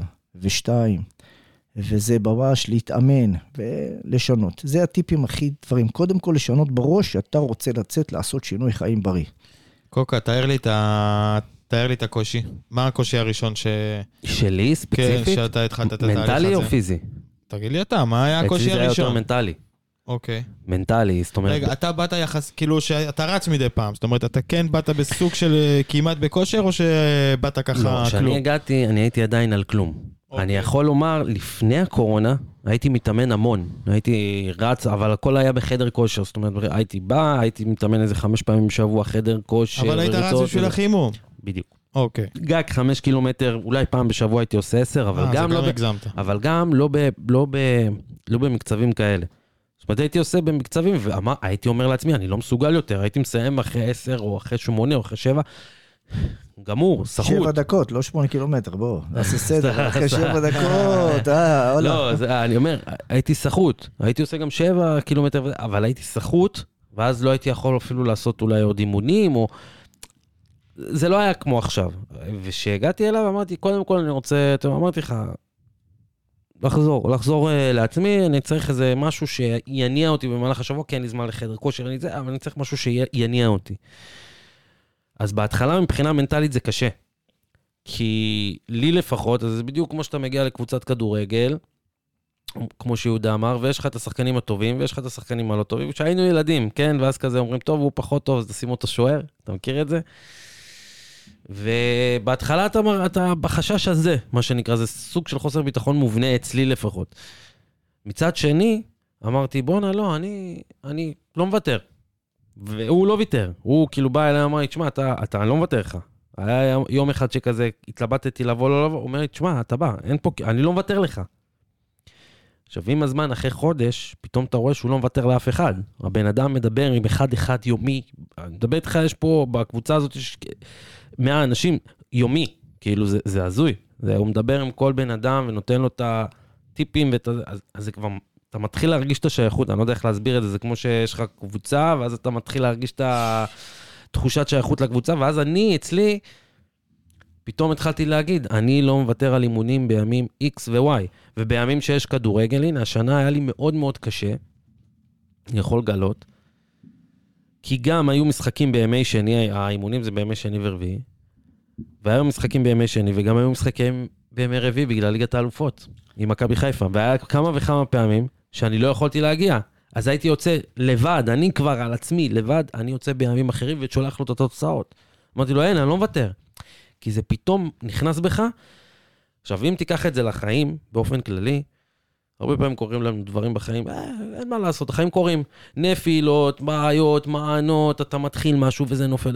וזה ממש להתאמן ולשנות. זה הטיפים הכי דברים. קודם כל, לשנות בראש שאתה רוצה לצאת לעשות שינוי חיים בריא. קוקה, תאר לי את הקושי. מה הקושי הראשון שלי ספציפית? כן, שאתה התחלת את התהליך הזה. מנטלי או פיזי? תגיד לי אתה, מה היה הקושי הראשון? אצלי זה היה יותר מנטלי. אוקיי. מנטלי, זאת אומרת... רגע, אתה באת יחס, כאילו שאתה רץ מדי פעם, זאת אומרת, אתה כן באת בסוג של כמעט בכושר, או שבאת ככה כלום? לא, כשאני הגעתי, אני הייתי עדיין על כלום. אני יכול לומר, לפני הקורונה, הייתי מתאמן המון. הייתי רץ, אבל הכל היה בחדר כושר, זאת אומרת, הייתי מתאמן איזה 5 פעמים בשבוע, חדר כושר. אבל היית רץ בשביל החימום. בדיוק. אוקיי. גג 5 קילומטר, אולי פעם בשבוע הייתי עושה 10, אבל גם לא במקצבים כאלה. זאת אומרת, הייתי עושה במקצבים, והייתי אומר לעצמי, אני לא מסוגל יותר, הייתי מסיים אחרי 10, או אחרי 8, או אחרי 7, גמור, סחוט. 7 דקות, לא 8 קילומטר, בוא, נעשה סדר, אחרי 7 דקות, לא, אני אומר, הייתי סחוט, הייתי עושה גם 7 קילומטר, אבל הייתי סחוט, ואז לא הייתי יכול אפילו לעשות אולי עוד אימונים, או... זה לא היה כמו עכשיו. ושהגעתי אליו, אמרתי, קודם כל אני רוצה, אמרתי לך, לחזור לעצמי, אני צריך איזה משהו שיניע אותי במהלך השבוע, כי אין לי זמן לחדר כושר, אבל אני צריך משהו שיניע אותי. אז בהתחלה מבחינה מנטלית זה קשה. כי לי לפחות, אז זה בדיוק כמו שאתה מגיע לקבוצת כדורגל, כמו שיהודה אמר, ויש לך את השחקנים הטובים, ויש לך את השחקנים הלא טובים, שהיינו ילדים, כן? ואז כזה אומרים, טוב, הוא פחות טוב, אז תשים אותו שוער, אתה מכיר את זה? ובהתחלה אתה בחשש הזה, מה שנקרא, זה סוג של חוסר ביטחון מובנה אצלי לפחות. מצד שני, אמרתי, בונה, לא, אני לא מוותר. והוא לא ויתר. הוא כאילו בא אליי, אמר לי, תשמע, אתה לא מוותר לך. היה יום אחד שכזה, התלבטתי לבוא, לא לבוא, הוא אומר לי, תשמע, אתה בא, אין פה, אני לא מוותר לך. עכשיו, עם הזמן, אחרי חודש, פתאום אתה רואה שהוא לא מוותר לאף אחד. הבן אדם מדבר עם אחד יומי. אני מדבר איתך, יש פה, בקבוצה הזאת, יש 100 אנשים יומי. כאילו, זה הזוי. הוא מדבר עם כל בן אדם, ונותן לו את הטיפים, אז זה כבר, אתה מתחיל להרגיש את השייכות. אני לא יודע איך להסביר את זה, זה כמו שיש לך קבוצה, ואז אתה מתחיל להרגיש את התחושת שייכות לקבוצה, ואז אצלי, פתאום התחלתי להגיד, אני לא מוותר על אימונים בימים X ו-Y, ובימים שיש כדורגל, הנה, השנה היה לי מאוד מאוד קשה, אני יכול לגלות, כי גם היו משחקים בימי שני, האימונים זה בימי שני ורביעי, והיו משחקים בימי שני, וגם היו משחקים בימי רביעי, בגלל ליגת האלופות, עם מכבי חיפה, והיה כמה וכמה פעמים שאני לא יכולתי להגיע, אז הייתי יוצא לבד, אני כבר על עצמי, לבד, אני יוצא בימים אחרים ושולח לו את התוצאות. אמרתי לו, אין, אני לא מוותר. כי זה פתאום נכנס בך. עכשיו, אם תיקח את זה לחיים, באופן כללי, הרבה פעמים קוראים לנו דברים בחיים, אין מה לעשות, החיים קוראים נפילות, בעיות, מענות, אתה מתחיל משהו וזה נופל.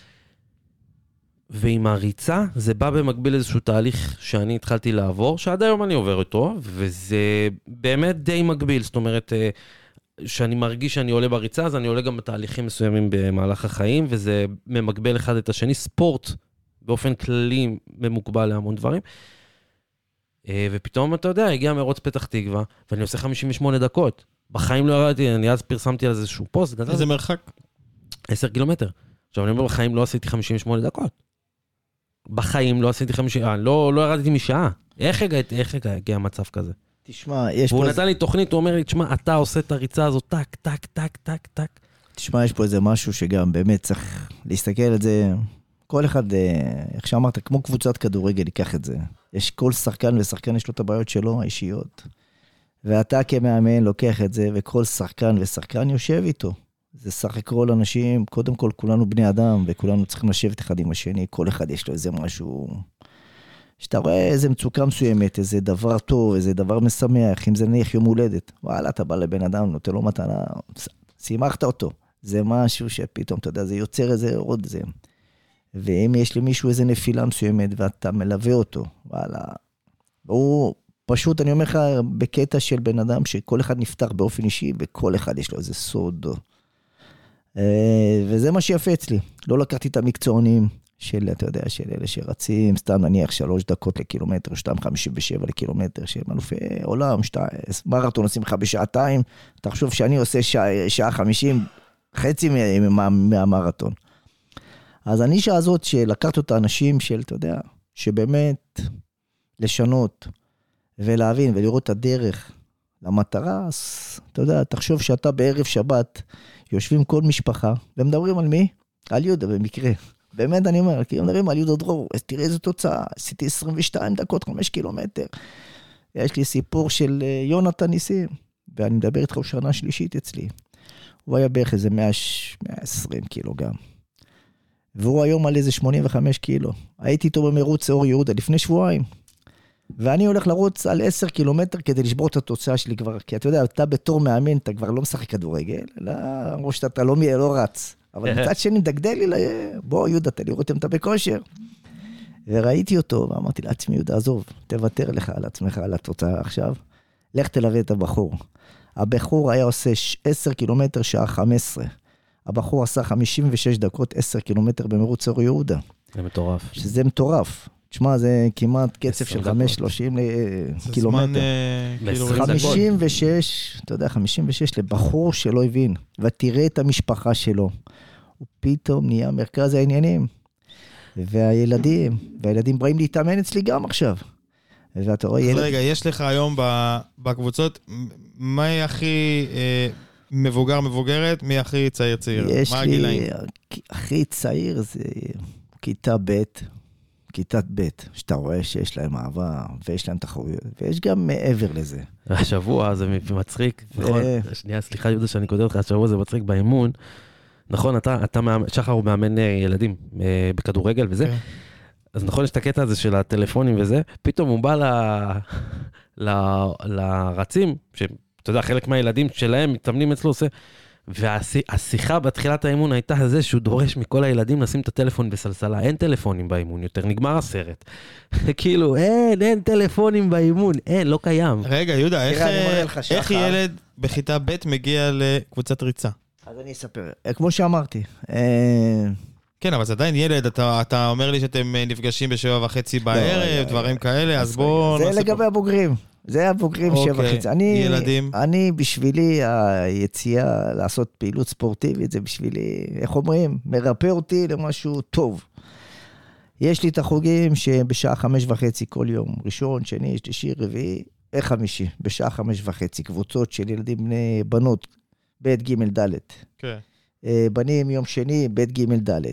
ועם הריצה, זה בא במקביל איזשהו תהליך שאני התחלתי לעבור, שעד היום אני עובר אותו, וזה באמת די מקביל, זאת אומרת, שאני מרגיש שאני עולה בריצה, אז אני עולה גם בתהליכים מסוימים במהלך החיים, וזה ממקבל אחד את השני, ספורט באופן כללי ממוקבל להמון דברים, ופתאום אתה יודע, הגיע מרוץ פתח תקווה, ואני עושה 58 דקות, בחיים לא ירדתי, אני אז פרסמתי על איזשהו פוסט, איזה מרחק? 10 קילומטר. עכשיו אני אומר, בחיים לא עשיתי 58 דקות. בחיים לא עשיתי 50, לא ירדתי משעה. איך הגיע מצב כזה? תשמע, יש פה... והוא נתן לי תוכנית, הוא אומר לי, תשמע, אתה עושה את הריצה הזאת, טק, טק, טק, טק, טק. תשמע, יש פה איזה משהו שגם באמת צריך להסתכל על זה, כל אחד, איך שאמרת, כמו קבוצת כדורגל, ייקח את זה. יש כל שחקן ושחקן יש לו את הבעיות שלו, האישיות. ואתה כמאמן לוקח את זה, וכל שחקן ושחקן יושב איתו. זה סך הכל אנשים, קודם כל כולנו בני אדם, וכולנו צריכים לשבת אחד עם השני, כל אחד יש לו איזה משהו, שאתה רואה איזה מצוקה מסוימת, איזה דבר טוב, איזה דבר משמח, אם זה נניח יום הולדת, וואלה, אתה בא לבן אדם, נותן לו מתנה, שימחת אותו, זה משהו שפתאום, אתה יודע, זה יוצר איזה עוד זה, ואם יש למישהו איזה נפילה מסוימת, ואתה מלווה אותו, וואלה, הוא פשוט, אני אומר לך, בקטע של בן אדם, שכל אחד נפתח באופן אישי, וכל אחד יש לו איזה סוד, וזה מה שיפה אצלי. לא לקחתי את המקצוענים של, אתה יודע, של אלה שרצים, סתם נניח 3 דקות לקילומטר, 2.57 לקילומטר, שהם אלופי עולם, מרתון עושים לך בשעתיים, תחשוב שאני עושה שעה 50, חצי מהמרתון. אז הנישה הזאת שלקחת אותה אנשים של, אתה יודע, שבאמת לשנות ולהבין ולראות את הדרך למטרה, אז אתה יודע, תחשוב שאתה בערב שבת, יושבים כל משפחה, ומדברים על מי? על יהודה במקרה. באמת אני אומר, כי מדברים על יהודה דרור, אז תראה איזו תוצאה, עשיתי 22 דקות, 5 קילומטר. יש לי סיפור של יונתן ניסים, ואני מדבר איתך שנה שלישית אצלי. הוא היה בערך איזה 120 קילו גם. והוא היום על איזה 85 קילו. הייתי איתו במרוץ אור יהודה לפני שבועיים. ואני הולך לרוץ על 10 קילומטר כדי לשבור את התוצאה שלי כבר, כי אתה יודע, אתה בתור מאמן, אתה כבר לא משחק כדורגל, או שאתה לא רץ. אבל מצד שני, דגדל לי, בוא יהודה, אתה לראותם אתה בכושר. וראיתי אותו, ואמרתי לעצמי, יהודה, עזוב, תוותר לך על עצמך, על התוצאה עכשיו, לך תלווה את הבחור. הבחור היה עושה 10 קילומטר שעה 15. הבחור עשה 56 דקות, 10 קילומטר במרוץ אור יהודה. זה מטורף. שזה מטורף. תשמע, זה כמעט קצב של 5-30 קילומטר. 56, אתה יודע, 56 לבחור שלא הבין, ותראה את המשפחה שלו. הוא פתאום נהיה מרכז העניינים. והילדים באים להתאמן אצלי גם עכשיו. ואתה רואה ילד... רגע, יש לך היום בקבוצות, מי הכי מבוגרת, מי הכי צעיר? מה הגילאים? הכי צעיר זה כיתת ב', שאתה רואה שיש להם אהבה, ויש להם תחרויות, ויש גם מעבר לזה. השבוע זה מצחיק, נכון? שנייה, סליחה יהודה שאני כותב אותך, השבוע זה מצחיק באימון, נכון, שחר הוא מאמן ילדים בכדורגל וזה, אז נכון, יש את הקטע הזה של הטלפונים וזה, פתאום הוא בא לרצים, שאתה יודע, חלק מהילדים שלהם מתאמנים אצלו, עושה, והשיחה בתחילת האימון הייתה זה שהוא דורש מכל הילדים לשים את הטלפון בסלסלה, אין טלפונים באימון יותר, נגמר הסרט. כאילו, אין טלפונים באימון, אין, לא קיים. רגע, יהודה, איך ילד בכיתה ב' מגיע לקבוצת ריצה? אז אני אספר, כמו שאמרתי. כן, אבל זה עדיין ילד, אתה אומר לי שאתם נפגשים ב7:30 בערב, דברים כאלה, אז בוא... זה לגבי הבוגרים. זה הבוגרים 7:30. ילדים. אני בשבילי, היציאה לעשות פעילות ספורטיבית, זה בשבילי, איך אומרים, מרפא אותי למשהו טוב. יש לי את החוגים שבשעה 5:30 כל יום, ראשון, שני, שלישי, רביעי, חמישי, בשעה 5:30, קבוצות של ילדים בני בנות, ב' ג' ד'. כן. בנים יום שני, ב' ג' ד'.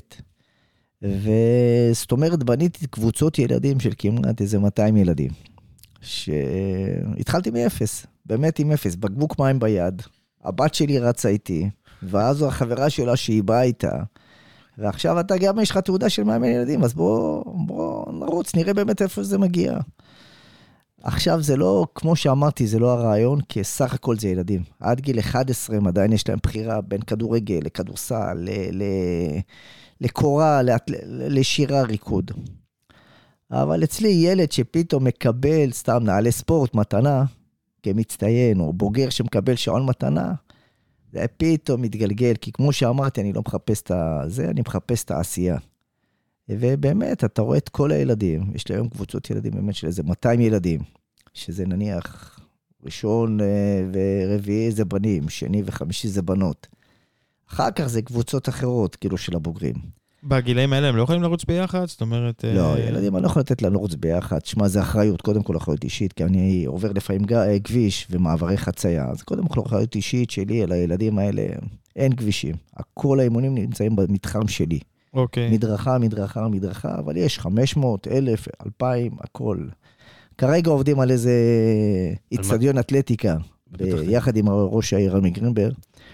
וזאת אומרת, בניתי קבוצות ילדים של כמעט איזה 200 ילדים. שהתחלתי מ-0, באמת עם 0, בקבוק מים ביד, הבת שלי רצה איתי, ואז החברה שלה שהיא באה איתה, ועכשיו אתה גם יש לך תעודה של מאמן ילדים, אז בוא נרוץ, נראה באמת איפה זה מגיע. עכשיו זה לא, כמו שאמרתי, זה לא הרעיון, כי סך הכל זה ילדים. עד גיל 11 עדיין יש להם בחירה בין כדורגל לכדורסל, לקורה, לשירה, ריקוד. אבל אצלי ילד שפתאום מקבל סתם נעלי ספורט מתנה, כמצטיין, או בוגר שמקבל שעון מתנה, זה פתאום מתגלגל, כי כמו שאמרתי, אני לא מחפש את זה, אני מחפש את העשייה. ובאמת, אתה רואה את כל הילדים, יש לי היום קבוצות ילדים, באמת של איזה 200 ילדים, שזה נניח ראשון ורביעי זה בנים, שני וחמישי זה בנות. אחר כך זה קבוצות אחרות, כאילו של הבוגרים. בגילאים האלה הם לא יכולים לרוץ ביחד? זאת אומרת... לא, ילדים אני לא יכול לתת לרוץ ביחד. שמה, זה אחריות, קודם כל אחריות אישית, כי אני עובר לפעמים כביש ומעברי חצייה, אז קודם כל אחריות אישית שלי, על הילדים האלה, אין כבישים. כל האימונים נמצאים במתחם שלי. אוקיי. מדרכה, אבל יש 500, 1,000, 2,000, הכל. כרגע עובדים על איזה אצטדיון אתלטיקה, יחד עם ראש העיר רמי גרינברג,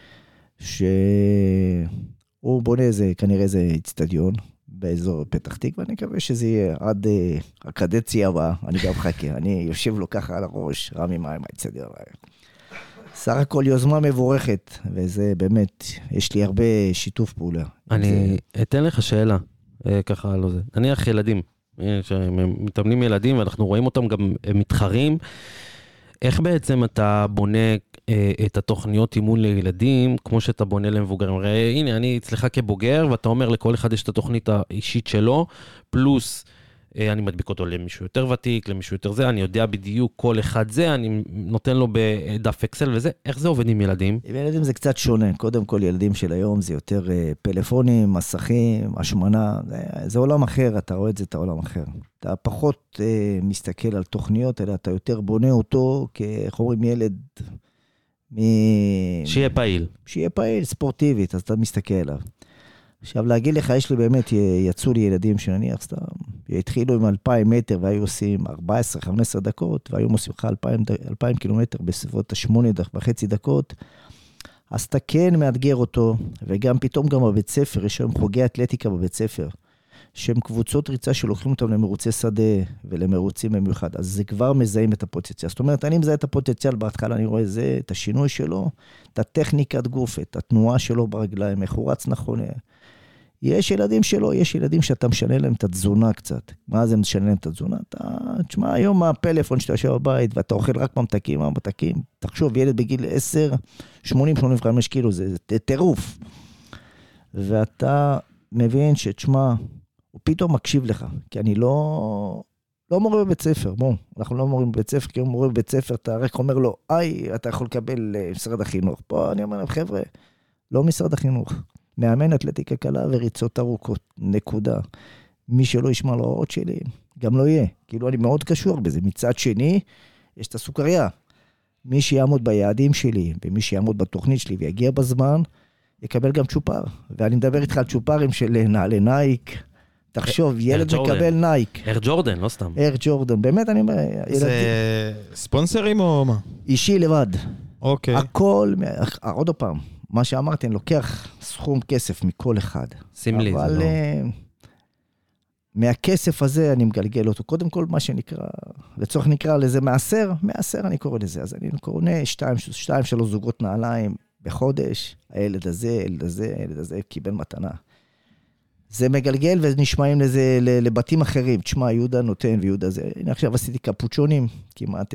שהוא בונה כנראה איזה אצטדיון באזור פתח תקווה, ואני מקווה שזה יהיה עד הקדנציה הבאה, אני גם חכה, אני יושב לו ככה על הראש, רמי מה עם האצטדיון. סך הכל יוזמה מבורכת, וזה באמת, יש לי הרבה שיתוף פעולה. אני אתן לך שאלה, ככה לא זה. נניח ילדים, מתאמנים ילדים, ואנחנו רואים אותם גם מתחרים. איך בעצם אתה בונה את התוכניות אימון לילדים, כמו שאתה בונה למבוגרים? הרי הנה, אני אצלך כבוגר, ואתה אומר לכל אחד יש את התוכנית האישית שלו, פלוס אני מדביק אותו למישהו יותר ותיק, למישהו יותר זה, אני יודע בדיוק כל אחד זה, אני נותן לו בדף אקסל וזה, איך זה עובד עם ילדים? עם ילדים זה קצת שונה, קודם כל ילדים של היום זה יותר פלאפונים, מסכים, השמנה, זה עולם אחר, אתה רואה את זה, את העולם אחר. אתה פחות מסתכל על תוכניות, אלא אתה יותר בונה אותו, איך אומרים ילד, שיהיה פעיל. שיהיה פעיל, ספורטיבית, אז אתה מסתכל עליו. עכשיו, להגיד לך, יש לי באמת, יצאו לי ילדים שנניח, סתם, התחילו עם 2,000 מטר, והיו עושים 14-15 דקות, והיום עושים לך 2,000 קילומטר בסביבות 8.5 דקות, אז אתה כן מאתגר אותו, וגם פתאום גם בבית ספר, יש היום חוגי אתלטיקה בבית ספר, שהם קבוצות ריצה שלוקחים אותם למרוצי שדה, ולמרוצים במיוחד, אז זה כבר מזהים את הפוטנציאל. זאת אומרת, אני מזהה את הפוטנציאל, בהתחלה אני רואה זה, את השינוי שלו, את הטכניקת גוף, את התנועה שלו ברגליים, איך הוא רץ נכון. יש ילדים שלו, יש ילדים שאתה משנה להם את התזונה קצת. מה זה משנה להם את התזונה? תשמע, היום הפלאפון שאתה יושב בבית, ואתה אוכל רק ממתקים, תחשוב, ילד בגיל 10, 80-85 קילו, זה טירוף. ואתה מבין שתשמע, הוא פתאום מקשיב לך, כי אני לא מורה בבית ספר, אנחנו לא מורים בבית ספר, כי הוא מורה בבית ספר, אתה רק אומר לו, אתה יכול לקבל משרד החינוך. פה אני אומר להם, חבר'ה, לא משרד החינוך. מאמן אתלטיקה קלה וריצות ארוכות, נקודה. מי שלא ישמע להוראות שלי, גם לא יהיה. כאילו אני מאוד קשור בזה. מצד שני, יש את הסוכריה. מי שיעמוד ביעדים שלי, ומי שיעמוד בתוכנית שלי ויגיע בזמן, יקבל גם צ'ופר. ואני מדבר איתך על צ'ופרים של נעלי נייק. תחשוב, ילד מקבל נייק. אר ג'ורדן, לא סתם. אר ג'ורדן, באמת אני אומר... זה ספונסרים או מה? אישי לבד. אוקיי. הכל, עוד פעם. מה שאמרתי, אני לוקח סכום כסף מכל אחד. שים לי, אבל מהכסף הזה אני מגלגל אותו. קודם כל, מה שנקרא, לצורך נקרא לזה מעשר אני קורא לזה. אז אני קורא 2-3 זוגות נעליים בחודש. הילד הזה קיבל מתנה. זה מגלגל ונשמעים לזה לבתים אחרים. תשמע, יהודה נותן ויהודה זה. הנה עכשיו עשיתי קפוצ'ונים, כמעט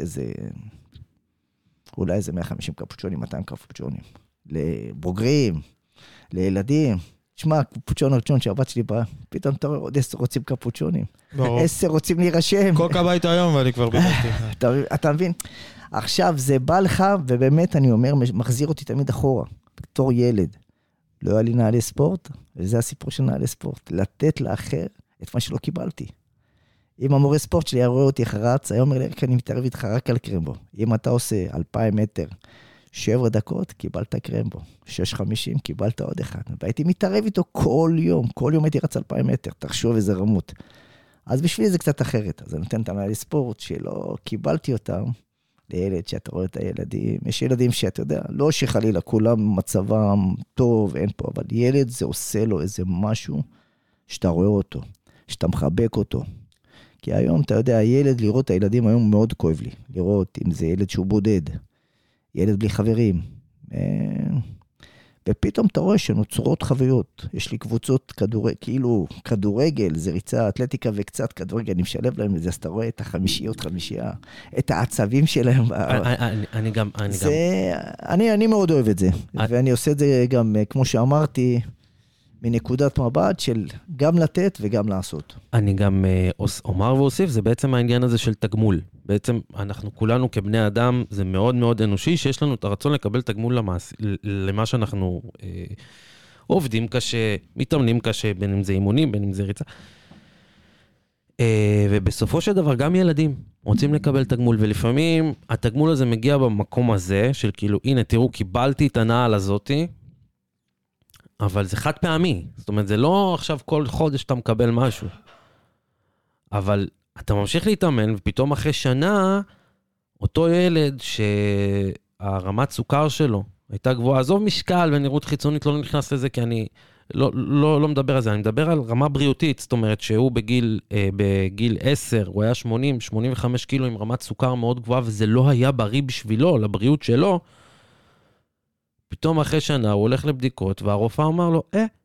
אולי איזה 150 קפוצ'ונים, 200 קפוצ'ונים. לבוגרים, לילדים. תשמע, קפוצ'ון הראשון שהבת שלי באה, פתאום אתה רואה עוד 10 רוצים קפוצ'ונים. 10 רוצים להירשם. קוק הביתה היום, ואני כבר ביקשתי. אתה מבין? עכשיו זה בא לך, ובאמת אני אומר, מחזיר אותי תמיד אחורה, בתור ילד. לא היה לי נעלי ספורט, וזה הסיפור של נעלי ספורט. לתת לאחר את מה שלא קיבלתי. אם המורה ספורט שלי רואה אותי חרץ, היה אומר לי, אני מתערב איתך רק על קרמבו. אם אתה עושה 2,000 מטר, 7 דקות, קיבלת קרמבו. 6:50, קיבלת עוד אחד. והייתי מתערב איתו כל יום הייתי רץ 2,000 מטר, תחשוב איזה רמות. אז בשבילי זה קצת אחרת. אז אני נותן את הנעלי ספורט שלא קיבלתי אותם, לילד שאתה רואה את הילדים, יש ילדים שאתה יודע, לא שחלילה, כולם מצבם טוב, אין פה, אבל ילד זה עושה לו איזה משהו שאתה רואה אותו, שאתה מחבק אותו. כי היום, אתה יודע, הילד, לראות את הילדים היום מאוד כואב לי. לראות אם זה ילד שהוא בודד, ילד בלי חברים. ופתאום אתה רואה שנוצרות חוויות. יש לי קבוצות כאילו כדורגל, זה ריצה, אתלטיקה וקצת כדורגל, אני משלב להם את זה, אז אתה רואה את חמישייה, את העצבים שלהם. אני מאוד אוהב את זה, ואני עושה את זה גם, כמו שאמרתי, מנקודת מבט של גם לתת וגם לעשות. אני גם אומר ואוסיף, זה בעצם העניין הזה של תגמול. בעצם אנחנו כולנו כבני אדם, זה מאוד מאוד אנושי, שיש לנו את הרצון לקבל תגמול למה שאנחנו עובדים קשה, מתאמנים קשה, בין אם זה אימונים, בין אם זה ריצה. ובסופו של דבר גם ילדים רוצים לקבל תגמול, ולפעמים התגמול הזה מגיע במקום הזה, של כאילו, הנה תראו, קיבלתי את הנעל הזאתי, אבל זה חד פעמי, זאת אומרת, זה לא עכשיו כל חודש אתה מקבל משהו, אבל אתה ממשיך להתאמן, ופתאום אחרי שנה, אותו ילד שהרמת סוכר שלו הייתה גבוהה, עזוב משקל ונראות חיצונית, לא נכנס לזה, כי אני לא מדבר על זה, אני מדבר על רמה בריאותית, זאת אומרת שהוא בגיל 10, הוא היה 85 קילו עם רמת סוכר מאוד גבוהה, וזה לא היה בריא בשבילו, לבריאות שלו, פתאום אחרי שנה הוא הולך לבדיקות, והרופא אמר לו,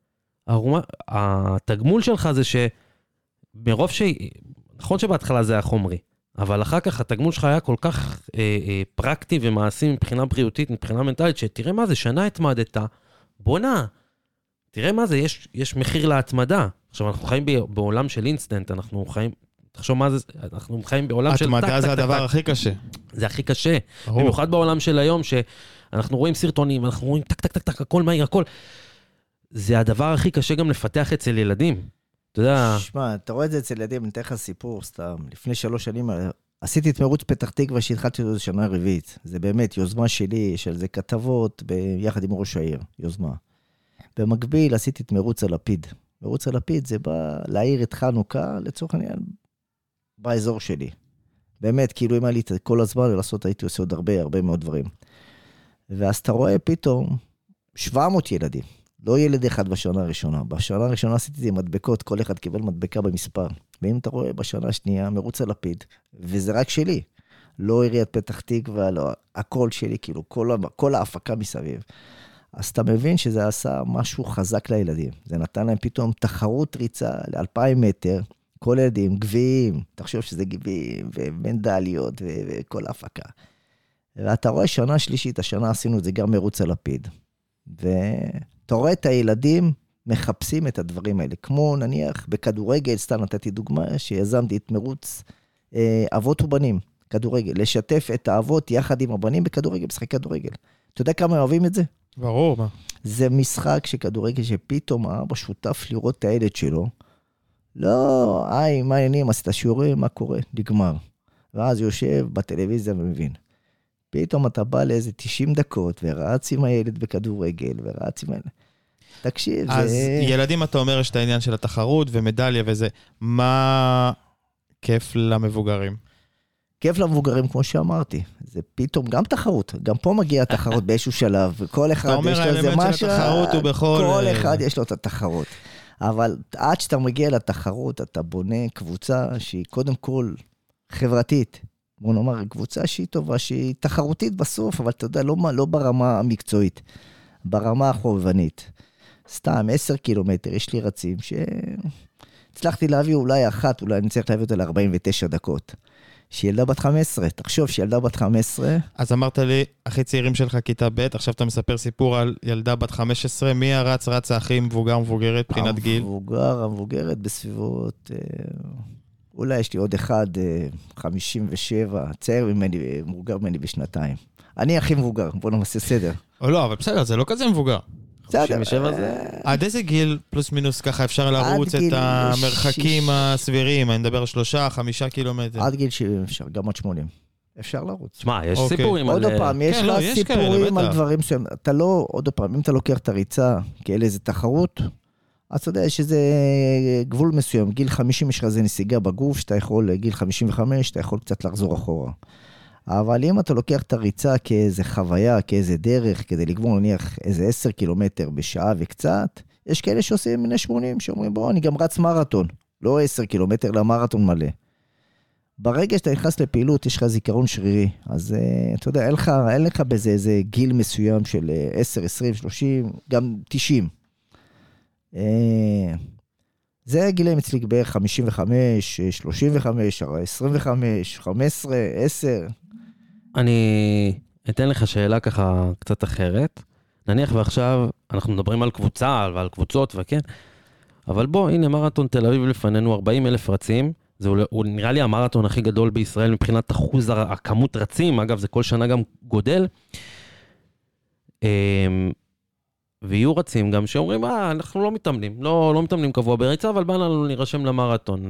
התגמול שלך זה שמרוב נכון שבהתחלה זה היה חומרי, אבל אחר כך התגמול שלך היה כל כך פרקטי ומעשי מבחינה בריאותית, מבחינה מנטלית, שתראה מה זה, שנה התמדת, בונה, תראה מה זה, יש מחיר להתמדה. עכשיו אנחנו חיים בעולם של אינסטנט, אנחנו חיים, תחשוב מה זה, אנחנו חיים בעולם של התמדה זה הדבר הכי קשה. זה הכי קשה, במיוחד בעולם של היום, אנחנו רואים סרטונים, אנחנו רואים טק, טק, טק, טק, הכל מהיר, הכל. זה הדבר הכי קשה גם לפתח אצל ילדים. אתה יודע... שמע, אתה רואה את זה אצל ילדים, אני אתן לך סיפור, סתם. לפני 3 שנים, עשיתי את מרוץ פתח תקווה שהתחלתי אותו שנה רביעית. זה באמת יוזמה שלי, של זה כתבות, יחד עם ראש העיר, יוזמה. במקביל, עשיתי את מרוץ הלפיד. מרוץ הלפיד זה בא להעיר את חנוכה, לצורך העניין, באזור שלי. באמת, כאילו אם היה לי כל הזמן לעשות, הייתי עושה עוד הרבה מאוד דברים. ואז אתה רואה פתאום 700 ילדים, לא ילד אחד בשנה הראשונה. בשנה הראשונה עשיתי את זה עם מדבקות, כל אחד קיבל מדבקה במספר. ואם אתה רואה בשנה השנייה, מרוץ הלפיד, וזה רק שלי, לא עיריית פתח תקווה, לא, הכל שלי, כאילו, כל ההפקה מסביב. אז אתה מבין שזה עשה משהו חזק לילדים. זה נתן להם פתאום תחרות ריצה ל2,000 מטר, כל ילדים, גביעים, תחשוב שזה גביעים, ומנדליות, וכל ההפקה. ואתה רואה שנה שלישית, השנה עשינו את זה גם מרוץ הלפיד. ואתה רואה את הילדים מחפשים את הדברים האלה. כמו נניח בכדורגל, סתם נתתי דוגמה, שיזמתי את מרוץ אבות ובנים, כדורגל. לשתף את האבות יחד עם הבנים בכדורגל, משחק כדורגל. אתה יודע כמה אוהבים את זה? ברור, מה? זה משחק שכדורגל שפתאום האבא שותף לראות את הילד שלו. לא, מה העניינים, עשית שיעורים, מה קורה? נגמר. ואז יושב בטלוויזיה ומבין. פתאום אתה בא לאיזה 90 דקות, ורץ עם הילד בכדורגל, ורץ עם הילד. תקשיב, אז זה... ילדים, אתה אומר, יש את העניין של התחרות ומדליה וזה. מה כיף למבוגרים? כיף למבוגרים, כמו שאמרתי. זה פתאום גם תחרות. גם פה מגיעה התחרות באיזשהו שלב. כל אחד יש לו איזה משהו... התחרות הוא בכל... כל אחד יש לו את התחרות. אבל עד שאתה מגיע לתחרות, אתה בונה קבוצה שהיא קודם כל חברתית. בוא נאמר, קבוצה שהיא טובה, שהיא תחרותית בסוף, אבל אתה יודע, לא ברמה המקצועית, ברמה החובבנית. סתם, 10 קילומטר, יש לי רצים שהצלחתי להביא אולי אחת, אולי אני צריך להביא אותה ל49 דקות. שילדה בת 15, תחשוב שילדה בת 15. אז אמרת לי, הכי צעירים שלך כיתה ב', עכשיו אתה מספר סיפור על ילדה בת 15, מי רץ הכי מבוגרת, מבחינת גיל? המבוגרת בסביבות... אולי יש לי עוד אחד, 57, צעיר ממני, מבוגר ממני בשנתיים. אני הכי מבוגר, בוא נעשה סדר. או לא, אבל בסדר, זה לא כזה מבוגר. 57 זה... עד איזה גיל, פלוס מינוס, ככה אפשר לרוץ את המרחקים הסבירים, אני מדבר על 3-5 קילומטר. עד גיל 70 אפשר, גם עד 80. אפשר לרוץ. תשמע, יש סיפורים על... עוד פעם, יש לה סיפורים על דברים שהם... אתה לא, עוד פעם, אם אתה לוקח את הריצה כאלה איזה תחרות, אז אתה יודע שזה גבול מסוים, גיל 50 יש לך איזה נסיגה בגוף, שאתה יכול, גיל 55, אתה יכול קצת לחזור אחורה. אבל אם אתה לוקח את הריצה כאיזה חוויה, כאיזה דרך, כדי לגמור נניח איזה 10 קילומטר בשעה וקצת, יש כאלה שעושים מיני 80, שאומרים בוא, אני גם רץ מרתון, לא 10 קילומטר, למרתון מלא. ברגע שאתה נכנס לפעילות, יש לך זיכרון שרירי, אז אתה יודע, אין לך בזה איזה גיל מסוים של 10, 20, 30, גם 90. זה הגילאים אצלי בערך 55, 35, 25, 15, 10. אני אתן לך שאלה ככה קצת אחרת. נניח ועכשיו אנחנו מדברים על קבוצה ועל קבוצות וכן, אבל בוא, הנה מרתון תל אביב לפנינו, 40,000 רצים, הוא נראה לי המרתון הכי גדול בישראל מבחינת אחוז הכמות רצים, אגב זה כל שנה גם גודל, ויהיו רצים גם שאומרים, אנחנו לא מתאמנים, לא מתאמנים קבוע בריצה, אבל בא לנו להירשם למרתון.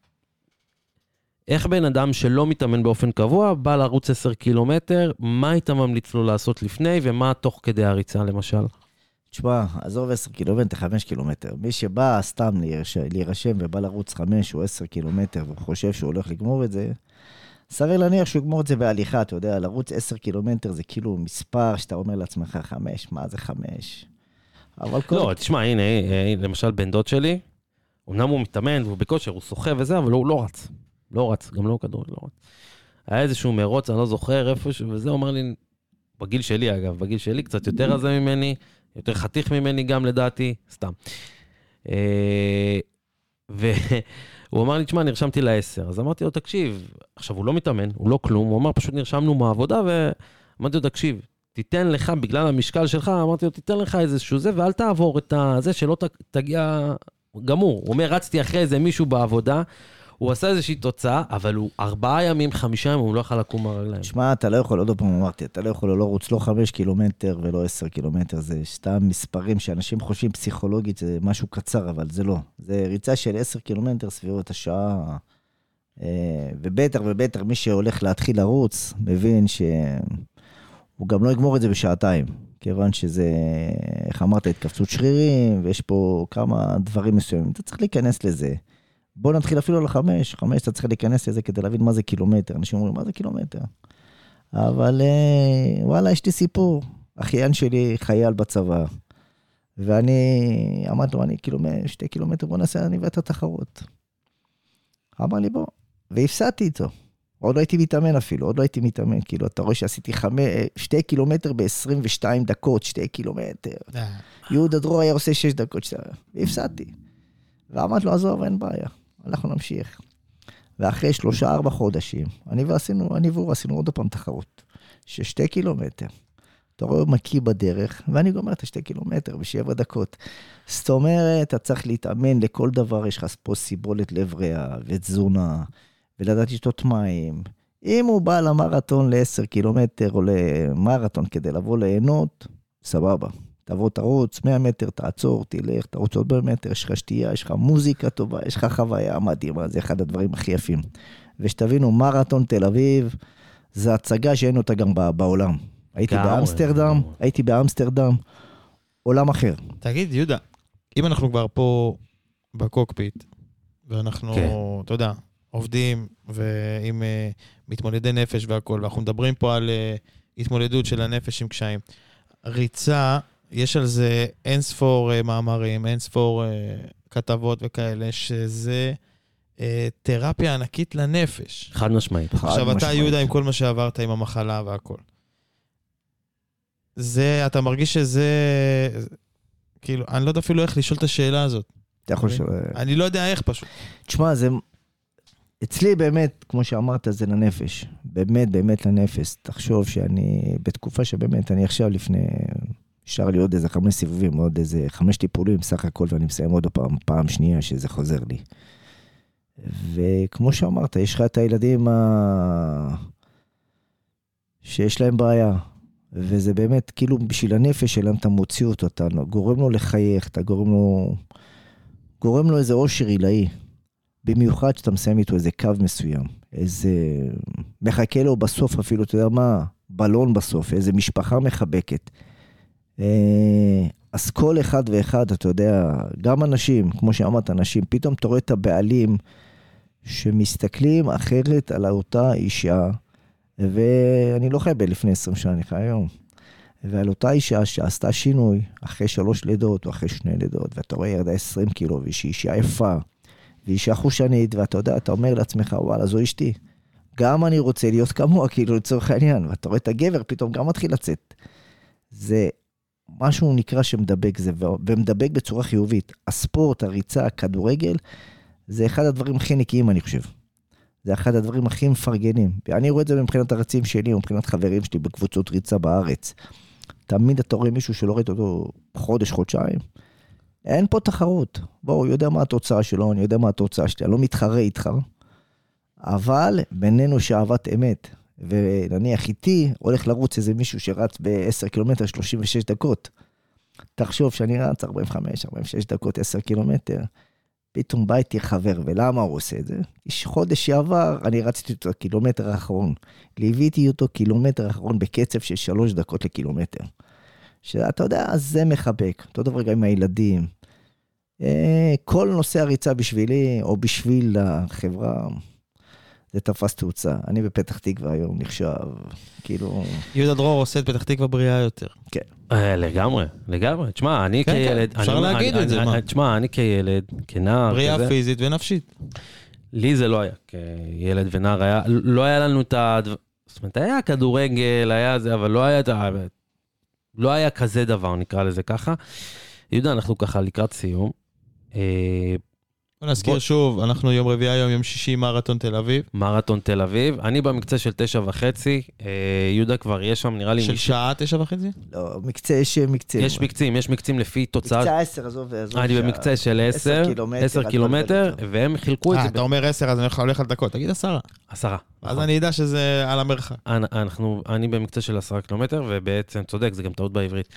איך בן אדם שלא מתאמן באופן קבוע, בא לרוץ 10 קילומטר, מה היית ממליץ לו לעשות לפני, ומה תוך כדי הריצה למשל? תשמע, עזוב 10 קילומטר, 5 קילומטר. מי שבא סתם להירשם ובא לרוץ 5 או 10 קילומטר, וחושב שהוא הולך לגמור את זה, סביר להניח שהוא יגמור את זה בהליכה, אתה יודע, לרוץ 10 קילומטר זה כאילו מספר שאתה אומר לעצמך 5, מה זה 5? אבל לא, תשמע, הנה, למשל בן דוד שלי, אמנם הוא מתאמן והוא בכושר, הוא שוחה וזה, אבל הוא לא רץ, גם לא כדור, לא רץ. היה איזשהו מרוץ, אני לא זוכר איפה, וזה אומר לי, בגיל שלי אגב, בגיל שלי קצת יותר רזה ממני, יותר חתיך ממני גם לדעתי, סתם. והוא אמר לי, תשמע, נרשמתי ל10, אז אמרתי לו, תקשיב, עכשיו הוא לא מתאמן, הוא לא כלום, הוא אמר, פשוט נרשמנו מהעבודה, ואמרתי לו, תקשיב, תיתן לך, בגלל המשקל שלך, אמרתי לו, תיתן לך איזשהו זה, ואל תעבור את זה, שלא תגיע גמור. הוא אומר, רצתי אחרי איזה מישהו בעבודה, הוא עשה איזושהי תוצאה, אבל הוא 4 ימים, 5 ימים, הוא לא יכול לקום מהרגליים. תשמע, אתה לא יכול, עוד פעם אמרתי, אתה לא יכול לא רוץ לא 5 קילומטר ולא 10 קילומטר, זה סתם מספרים שאנשים חושבים פסיכולוגית, זה משהו קצר, אבל זה לא. זה ריצה של 10 קילומטר סביבות השעה, ובטח מי שהולך להתחיל לרוץ, מבין שהוא גם לא יגמור את זה בשעתיים, כיוון שזה, איך אמרת, התכווצות שרירים, ויש פה כמה דברים מסוימים, אתה צריך להיכנס לזה. בוא נתחיל אפילו ל5, 5 אתה צריך להיכנס לזה כדי להבין מה זה קילומטר. אנשים אומרים, מה זה קילומטר? אבל וואלה, יש לי סיפור. אחיין שלי חייל בצבא, ואני אמרתי לו, אני 2 קילומטר, בוא נעשה, אני ואת התחרות. אמר לי, בוא. והפסעתי איתו. עוד לא הייתי מתאמן אפילו, כאילו, אתה רואה שעשיתי 2 קילומטר ב-22 דקות, 2 קילומטר. יהודה דרור היה עושה 6 דקות, והפסעתי. ואמרתי לו, עזוב, אין בעיה, אנחנו נמשיך. ואחרי 3-4 חודשים, אני ועשינו עוד פעם תחרות, 2 קילומטר. אתה רואה מקיא בדרך, ואני גומר את 2 קילומטר ב7 דקות. זאת אומרת, אתה צריך להתאמן לכל דבר, יש לך פה סיבולת לב ריאה ותזונה, ולדעת לשתות מים. אם הוא בא למרתון ל10 קילומטר, או למרתון כדי לבוא ליהנות, סבבה. תבוא תרוץ, 100 מטר, תעצור, תלך, תרוץ עוד 100 מטר, יש לך שתייה, יש לך מוזיקה טובה, יש לך חוויה מדהימה, זה אחד הדברים הכי יפים. ושתבינו, מרתון תל אביב, זה הצגה שאין אותה גם בעולם. הייתי באמסטרדם, עולם אחר. תגיד, יהודה, אם אנחנו כבר פה בקוקפיט, ואנחנו, אתה יודע, עובדים, ועם מתמודדי נפש והכל, ואנחנו מדברים פה על התמודדות של הנפש עם קשיים, ריצה, יש על זה אין ספור מאמרים, אין ספור כתבות וכאלה, שזה תרפיה ענקית לנפש. חד משמעית. עכשיו אתה יהודה עם כל מה שעברת עם המחלה והכל. זה, אתה מרגיש שזה, כאילו, אני לא יודע אפילו איך לשאול את השאלה הזאת. אני לא יודע איך פשוט. תשמע, זה, אצלי באמת, כמו שאמרת, זה לנפש. באמת לנפש. תחשוב שאני, בתקופה שבאמת, אני עכשיו לפני, אפשר לי עוד איזה 5 סיבובים, עוד איזה 5 טיפולים, סך הכל, ואני מסיים עוד פעם שנייה שזה חוזר לי. וכמו שאמרת, יש לך את הילדים שיש להם בעיה, וזה באמת, כאילו בשביל הנפש שלהם, אתה מוציא אותו, אתה גורם לו לחייך, אתה גורם לו איזה אושר עילאי, במיוחד שאתה מסיים איתו איזה קו מסוים, איזה, מחכה לו בסוף אפילו, אתה יודע מה, בלון בסוף, איזה משפחה מחבקת. אז כל אחד ואחד, אתה יודע, גם אנשים, כמו שאמרת, אנשים, פתאום אתה רואה את הבעלים, שמסתכלים אחרת על אותה אישה, ואני לא חי לפני 20 שנה, אני חי היום. ועל אותה אישה שעשתה שינוי, אחרי 3 לידות או אחרי 2 לידות, ואתה רואה ירדה 20 קילו, והיא אישה יפה, והיא אישה חושנית, ואתה יודע, אתה אומר לעצמך, וואלה, זו אשתי. גם אני רוצה להיות כמוה, כאילו לצורך העניין, ואתה רואה את הגבר, פתאום גם מתחיל לצאת. זה משהו נקרא שמדבק, ומדבק בצורה חיובית. הספורט, הריצה, הכדורגל, זה אחד הדברים הכי נקיים, אני חושב. זה אחד הדברים הכי מפרגנים. ואני רואה את זה מבחינת הרצים שלי, מבחינת חברים שלי בקבוצות ריצה בארץ. תמיד אתה רואה מישהו שלא ראית אותו חודש, חודשיים. אין פה תחרות. בואו, הוא יודע מה התוצאה שלו, אני יודע מה התוצאה שלי, אני לא מתחרה איתך. אבל בינינו שאהבת אמת, ונניח איתי, הולך לרוץ איזה מישהו שרץ ב-10 קילומטר, 36 דקות. תחשוב שאני רץ 45, 46 דקות, 10 קילומטר. פתאום בא איתי חבר, ולמה הוא עושה את זה? חודש שעבר, אני רציתי אותו קילומטר האחרון. ליוויתי אותו קילומטר האחרון בקצב של 3 דקות לקילומטר. שאתה יודע, זה מחבק. אותו דבר גם עם הילדים. כל נושא הריצה בשבילי, או בשביל החברה, זה תפס תאוצה. אני בפתח תקווה היום נחשב, כאילו... יהודה דרור עושה את פתח תקווה בריאה יותר. כן. לגמרי, לגמרי. תשמע, אני כילד... אפשר להגיד את זה, מה? תשמע, אני כילד, כנער... בריאה פיזית ונפשית. לי זה לא היה, כילד ונער, לא היה לנו את ה... זאת אומרת, היה כדורגל, היה זה, אבל לא היה את ה... לא היה כזה דבר, נקרא לזה ככה. יהודה, אנחנו ככה לקראת סיום. בוא נזכיר שוב, אנחנו יום רביעי היום, יום שישי, מרתון תל אביב. מרתון תל אביב. אני במקצה של 9:30, יהודה כבר יש שם, נראה לי... של שעה 9:30? לא, מקצה יש מקצה. יש מקצים לפי תוצאה... מקצה 10, עזוב. אני במקצה של 10 קילומטר, והם חילקו את זה... אתה אומר 10, אז אני הולך על דקות, תגיד 10. 10. אז אני יודע שזה על המרחק. אני במקצה של 10 קילומטר, ובעצם צודק, זה גם טעות בעברית.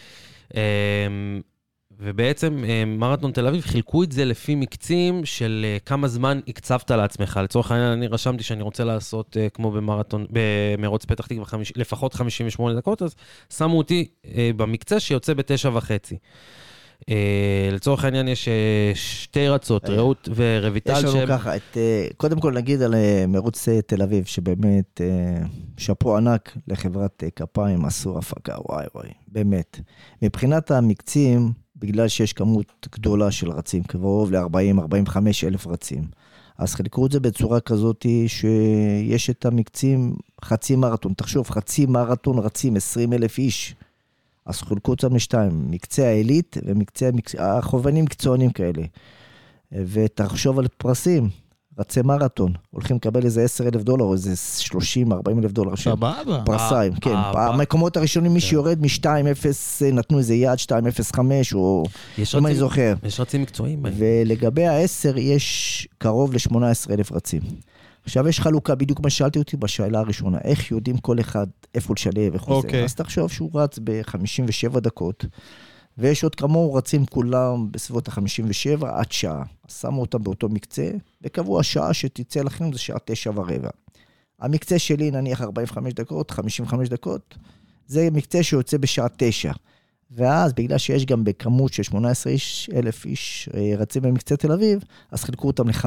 ובעצם מרתון תל אביב חילקו את זה לפי מקצים של כמה זמן הקצבת לעצמך. לצורך העניין אני רשמתי שאני רוצה לעשות כמו במרוץ פתח תקווה לפחות 58 דקות, אז שמו אותי במקצה שיוצא ב9:30. לצורך העניין יש 2 רצות, רעות ורויטל. יש לנו ככה, קודם כל נגיד על מרוץ תל אביב, שבאמת שפו ענק לחברת כפיים, עשו הפקה, וואי, באמת. מבחינת המקצים, בגלל שיש כמות גדולה של רצים, קרוב ל-40-45 אלף רצים. אז חלקו את זה בצורה כזאת שיש את המקצים חצי מרתון. תחשוב, חצי מרתון רצים 20,000 איש. אז חלקו אותם לשתיים, מקצה העילית ומקצה החובנים מקצוענים כאלה. ותחשוב על פרסים, רצי מרתון, הולכים לקבל איזה $10,000 או איזה $30,000-$40,000. סבבה. פרסיים, כן. המקומות הראשונים, מי שיורד מ-2.0 נתנו איזה יעד 2.05 או אם אני זוכר. יש רצים מקצועיים. ולגבי ה-10 יש קרוב ל-18,000 רצים. עכשיו יש חלוקה, בדיוק מה שאלתי אותי בשאלה הראשונה, איך יודעים כל אחד איפה לשלב וחוזר. אז תחשוב שהוא רץ ב-57 דקות, ויש עוד כמוהו רצים כולם בסביבות ה-57 עד שעה. אז שמו אותם באותו מקצה, וקבוע שעה שתצא לכם זה שעה 9:15. המקצה שלי נניח 45 דקות, 55 דקות, זה מקצה שיוצא בשעה 9. ואז בגלל שיש גם בכמות של 18,000 איש רצים במקצה תל אביב, אז חילקו אותם ל5.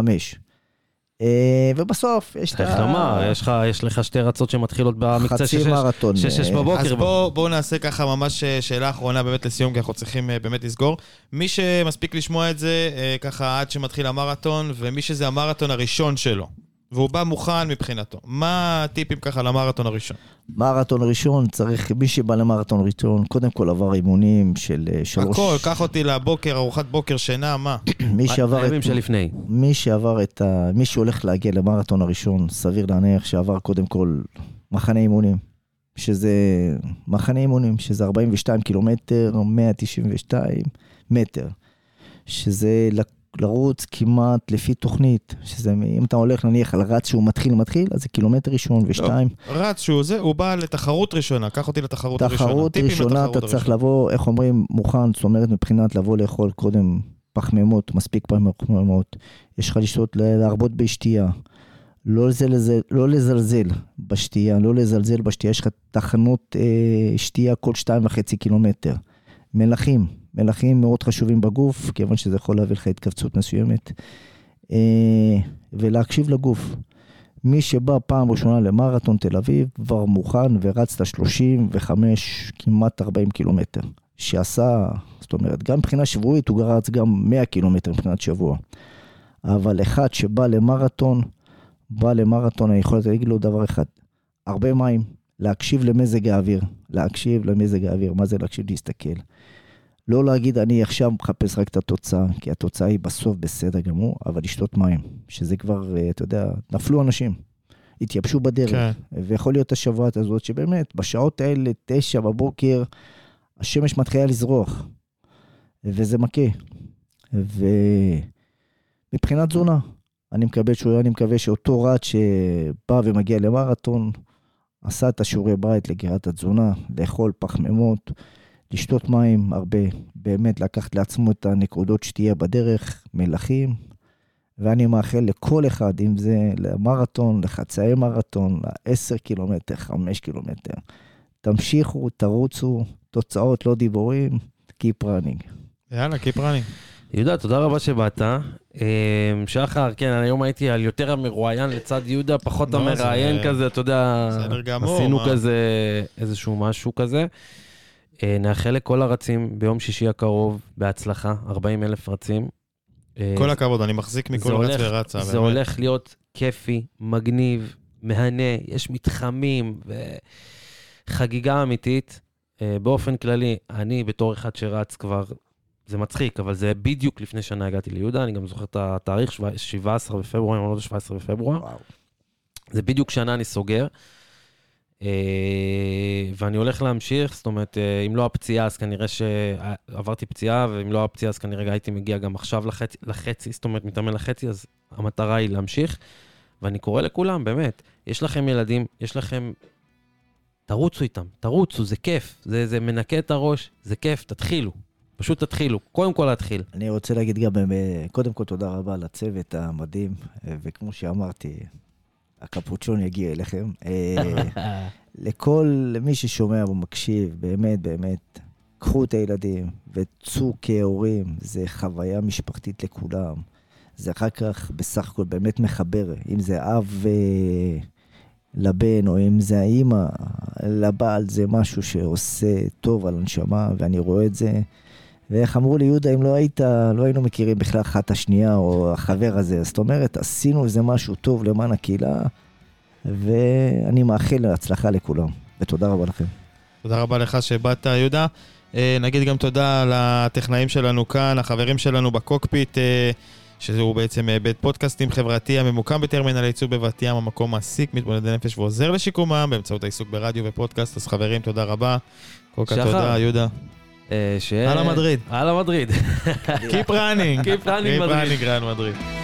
ובסוף יש איך לומר, יש לך 2 רצות שמתחילות במקצה 6 בבוקר. אז בואו נעשה ככה ממש שאלה אחרונה באמת לסיום, כי אנחנו צריכים באמת לסגור. מי שמספיק לשמוע את זה ככה עד שמתחיל המרתון, ומי שזה המרתון הראשון שלו, והוא בא מוכן מבחינתו. מה הטיפים ככה למרתון הראשון? מרתון ראשון צריך, מי שבא למרתון ראשון, קודם כל עבר אימונים של 3... הכל, קח אותי לבוקר, ארוחת בוקר, שינה, מה? מי שהולך להגיע למרתון הראשון, סביר להניח שעבר קודם כל מחנה אימונים, שזה 42 קילומטר, 192 מטר, שזה לרוץ כמעט לפי תוכנית, שזה, אם אתה הולך נניח על רץ שהוא מתחיל, אז זה קילומטר ראשון ושתיים. רץ הוא בא לתחרות ראשונה, קח אותי לתחרות ראשונה. תחרות ראשונה אתה צריך לבוא, איך אומרים, מוכן, זאת אומרת מבחינת לבוא לאכול קודם פחמימות, מספיק פחמימות, יש לך לשתות להרבות בשתייה, לא לזלזל בשתייה, יש לך תחנות שתייה כל 2.5 קילומטר, מלחים מאוד חשובים בגוף, כיוון שזה יכול להביא לך התכווצות מסוימת, ולהקשיב לגוף. מי שבא פעם ראשונה למרתון תל אביב, כבר מוכן ורץ את 35, כמעט 40 קילומטר. שעשה, זאת אומרת, גם מבחינה שבועית, הוא רץ גם 100 קילומטר מבחינת שבוע. אבל אחד שבא למרתון, אני יכול להגיד לו דבר אחד, הרבה מים, להקשיב למזג האוויר, מה זה להקשיב להסתכל? לא להגיד, אני עכשיו מחפש רק את התוצאה, כי התוצאה היא בסוף בסדר גמור, אבל לשתות מים, שזה כבר, אתה יודע, נפלו אנשים, התייבשו בדרך, כן. ויכול להיות השבועת הזאת, שבאמת, בשעות האלה, 9 בבוקר, השמש מתחילה לזרוח, וזה מכה. ומבחינת תזונה, אני מקווה שאותו רד שבא ומגיע למרתון, עשה את השיעורי בית לגירת התזונה, לאכול פחמימות, לשתות מים הרבה, באמת לקחת לעצמו את הנקודות שתהיה בדרך, מלחים, ואני מאחל לכל אחד, אם זה למרתון, לחצאי מרתון, ל10 קילומטר, 5 קילומטר, תמשיכו, תרוצו, תוצאות, לא דיבורים, keep running. יאללה, keep running. יהודה, תודה רבה שבאת. שחר, כן, היום הייתי על יותר המרואיין לצד יהודה, פחות המראיין כזה, אתה יודע, עשינו כזה, איזשהו משהו כזה. נאחל לכל הרצים ביום שישי הקרוב, בהצלחה, 40,000 רצים. כל הכבוד, אני מחזיק מכל רץ ורצה. זה הולך להיות כיפי, מגניב, מהנה, יש מתחמים וחגיגה אמיתית. באופן כללי, אני בתור אחד שרץ כבר, זה מצחיק, אבל זה בדיוק לפני שנה הגעתי ליהודה, אני גם זוכר את התאריך, 17 בפברואר, אני לא יודע 17 בפברואר. זה בדיוק שנה אני סוגר. ואני הולך להמשיך, זאת אומרת, אם לא הפציעה, אז כנראה שעברתי פציעה, ואם לא הפציעה, אז כנראה הייתי מגיע גם עכשיו לחצי, זאת אומרת, מתאמן לחצי, אז המטרה היא להמשיך, ואני קורא לכולם, באמת, יש לכם ילדים, יש לכם, תרוצו איתם, תרוצו, זה כיף, זה מנקה את הראש, זה כיף, תתחילו, פשוט תתחילו, קודם כל להתחיל. אני רוצה להגיד גם, קודם כל תודה רבה לצוות המדהים, וכמו שאמרתי, הקפוצ'ון יגיע אליכם. לכל מי ששומע ומקשיב, באמת, באמת, קחו את הילדים וצאו כהורים, זה חוויה משפחתית לכולם. זה אחר כך בסך הכל באמת מחבר, אם זה אב לבן, או אם זה האמא לבעל, זה משהו שעושה טוב על הנשמה, ואני רואה את זה. ואיך אמרו לי, יהודה, אם לא היינו מכירים בכלל אחת השנייה, או החבר הזה. זאת אומרת, עשינו איזה משהו טוב למען הקהילה, ואני מאחל להצלחה לכולם. ותודה רבה לכם. תודה רבה לך שבאת, יהודה. נגיד גם תודה לטכנאים שלנו כאן, החברים שלנו בקוקפיט, שזהו בעצם בית פודקאסטים חברתי, הממוקם בטרמינל הייצור בבת ים, המקום מעסיק, מתמודדי נפש ועוזר לשיקומם, באמצעות העיסוק ברדיו ופודקאסט. אז חברים, תודה רבה. קוקה, תודה, יהודה. על המדריד. Keep running. Keep running, Real Madrid.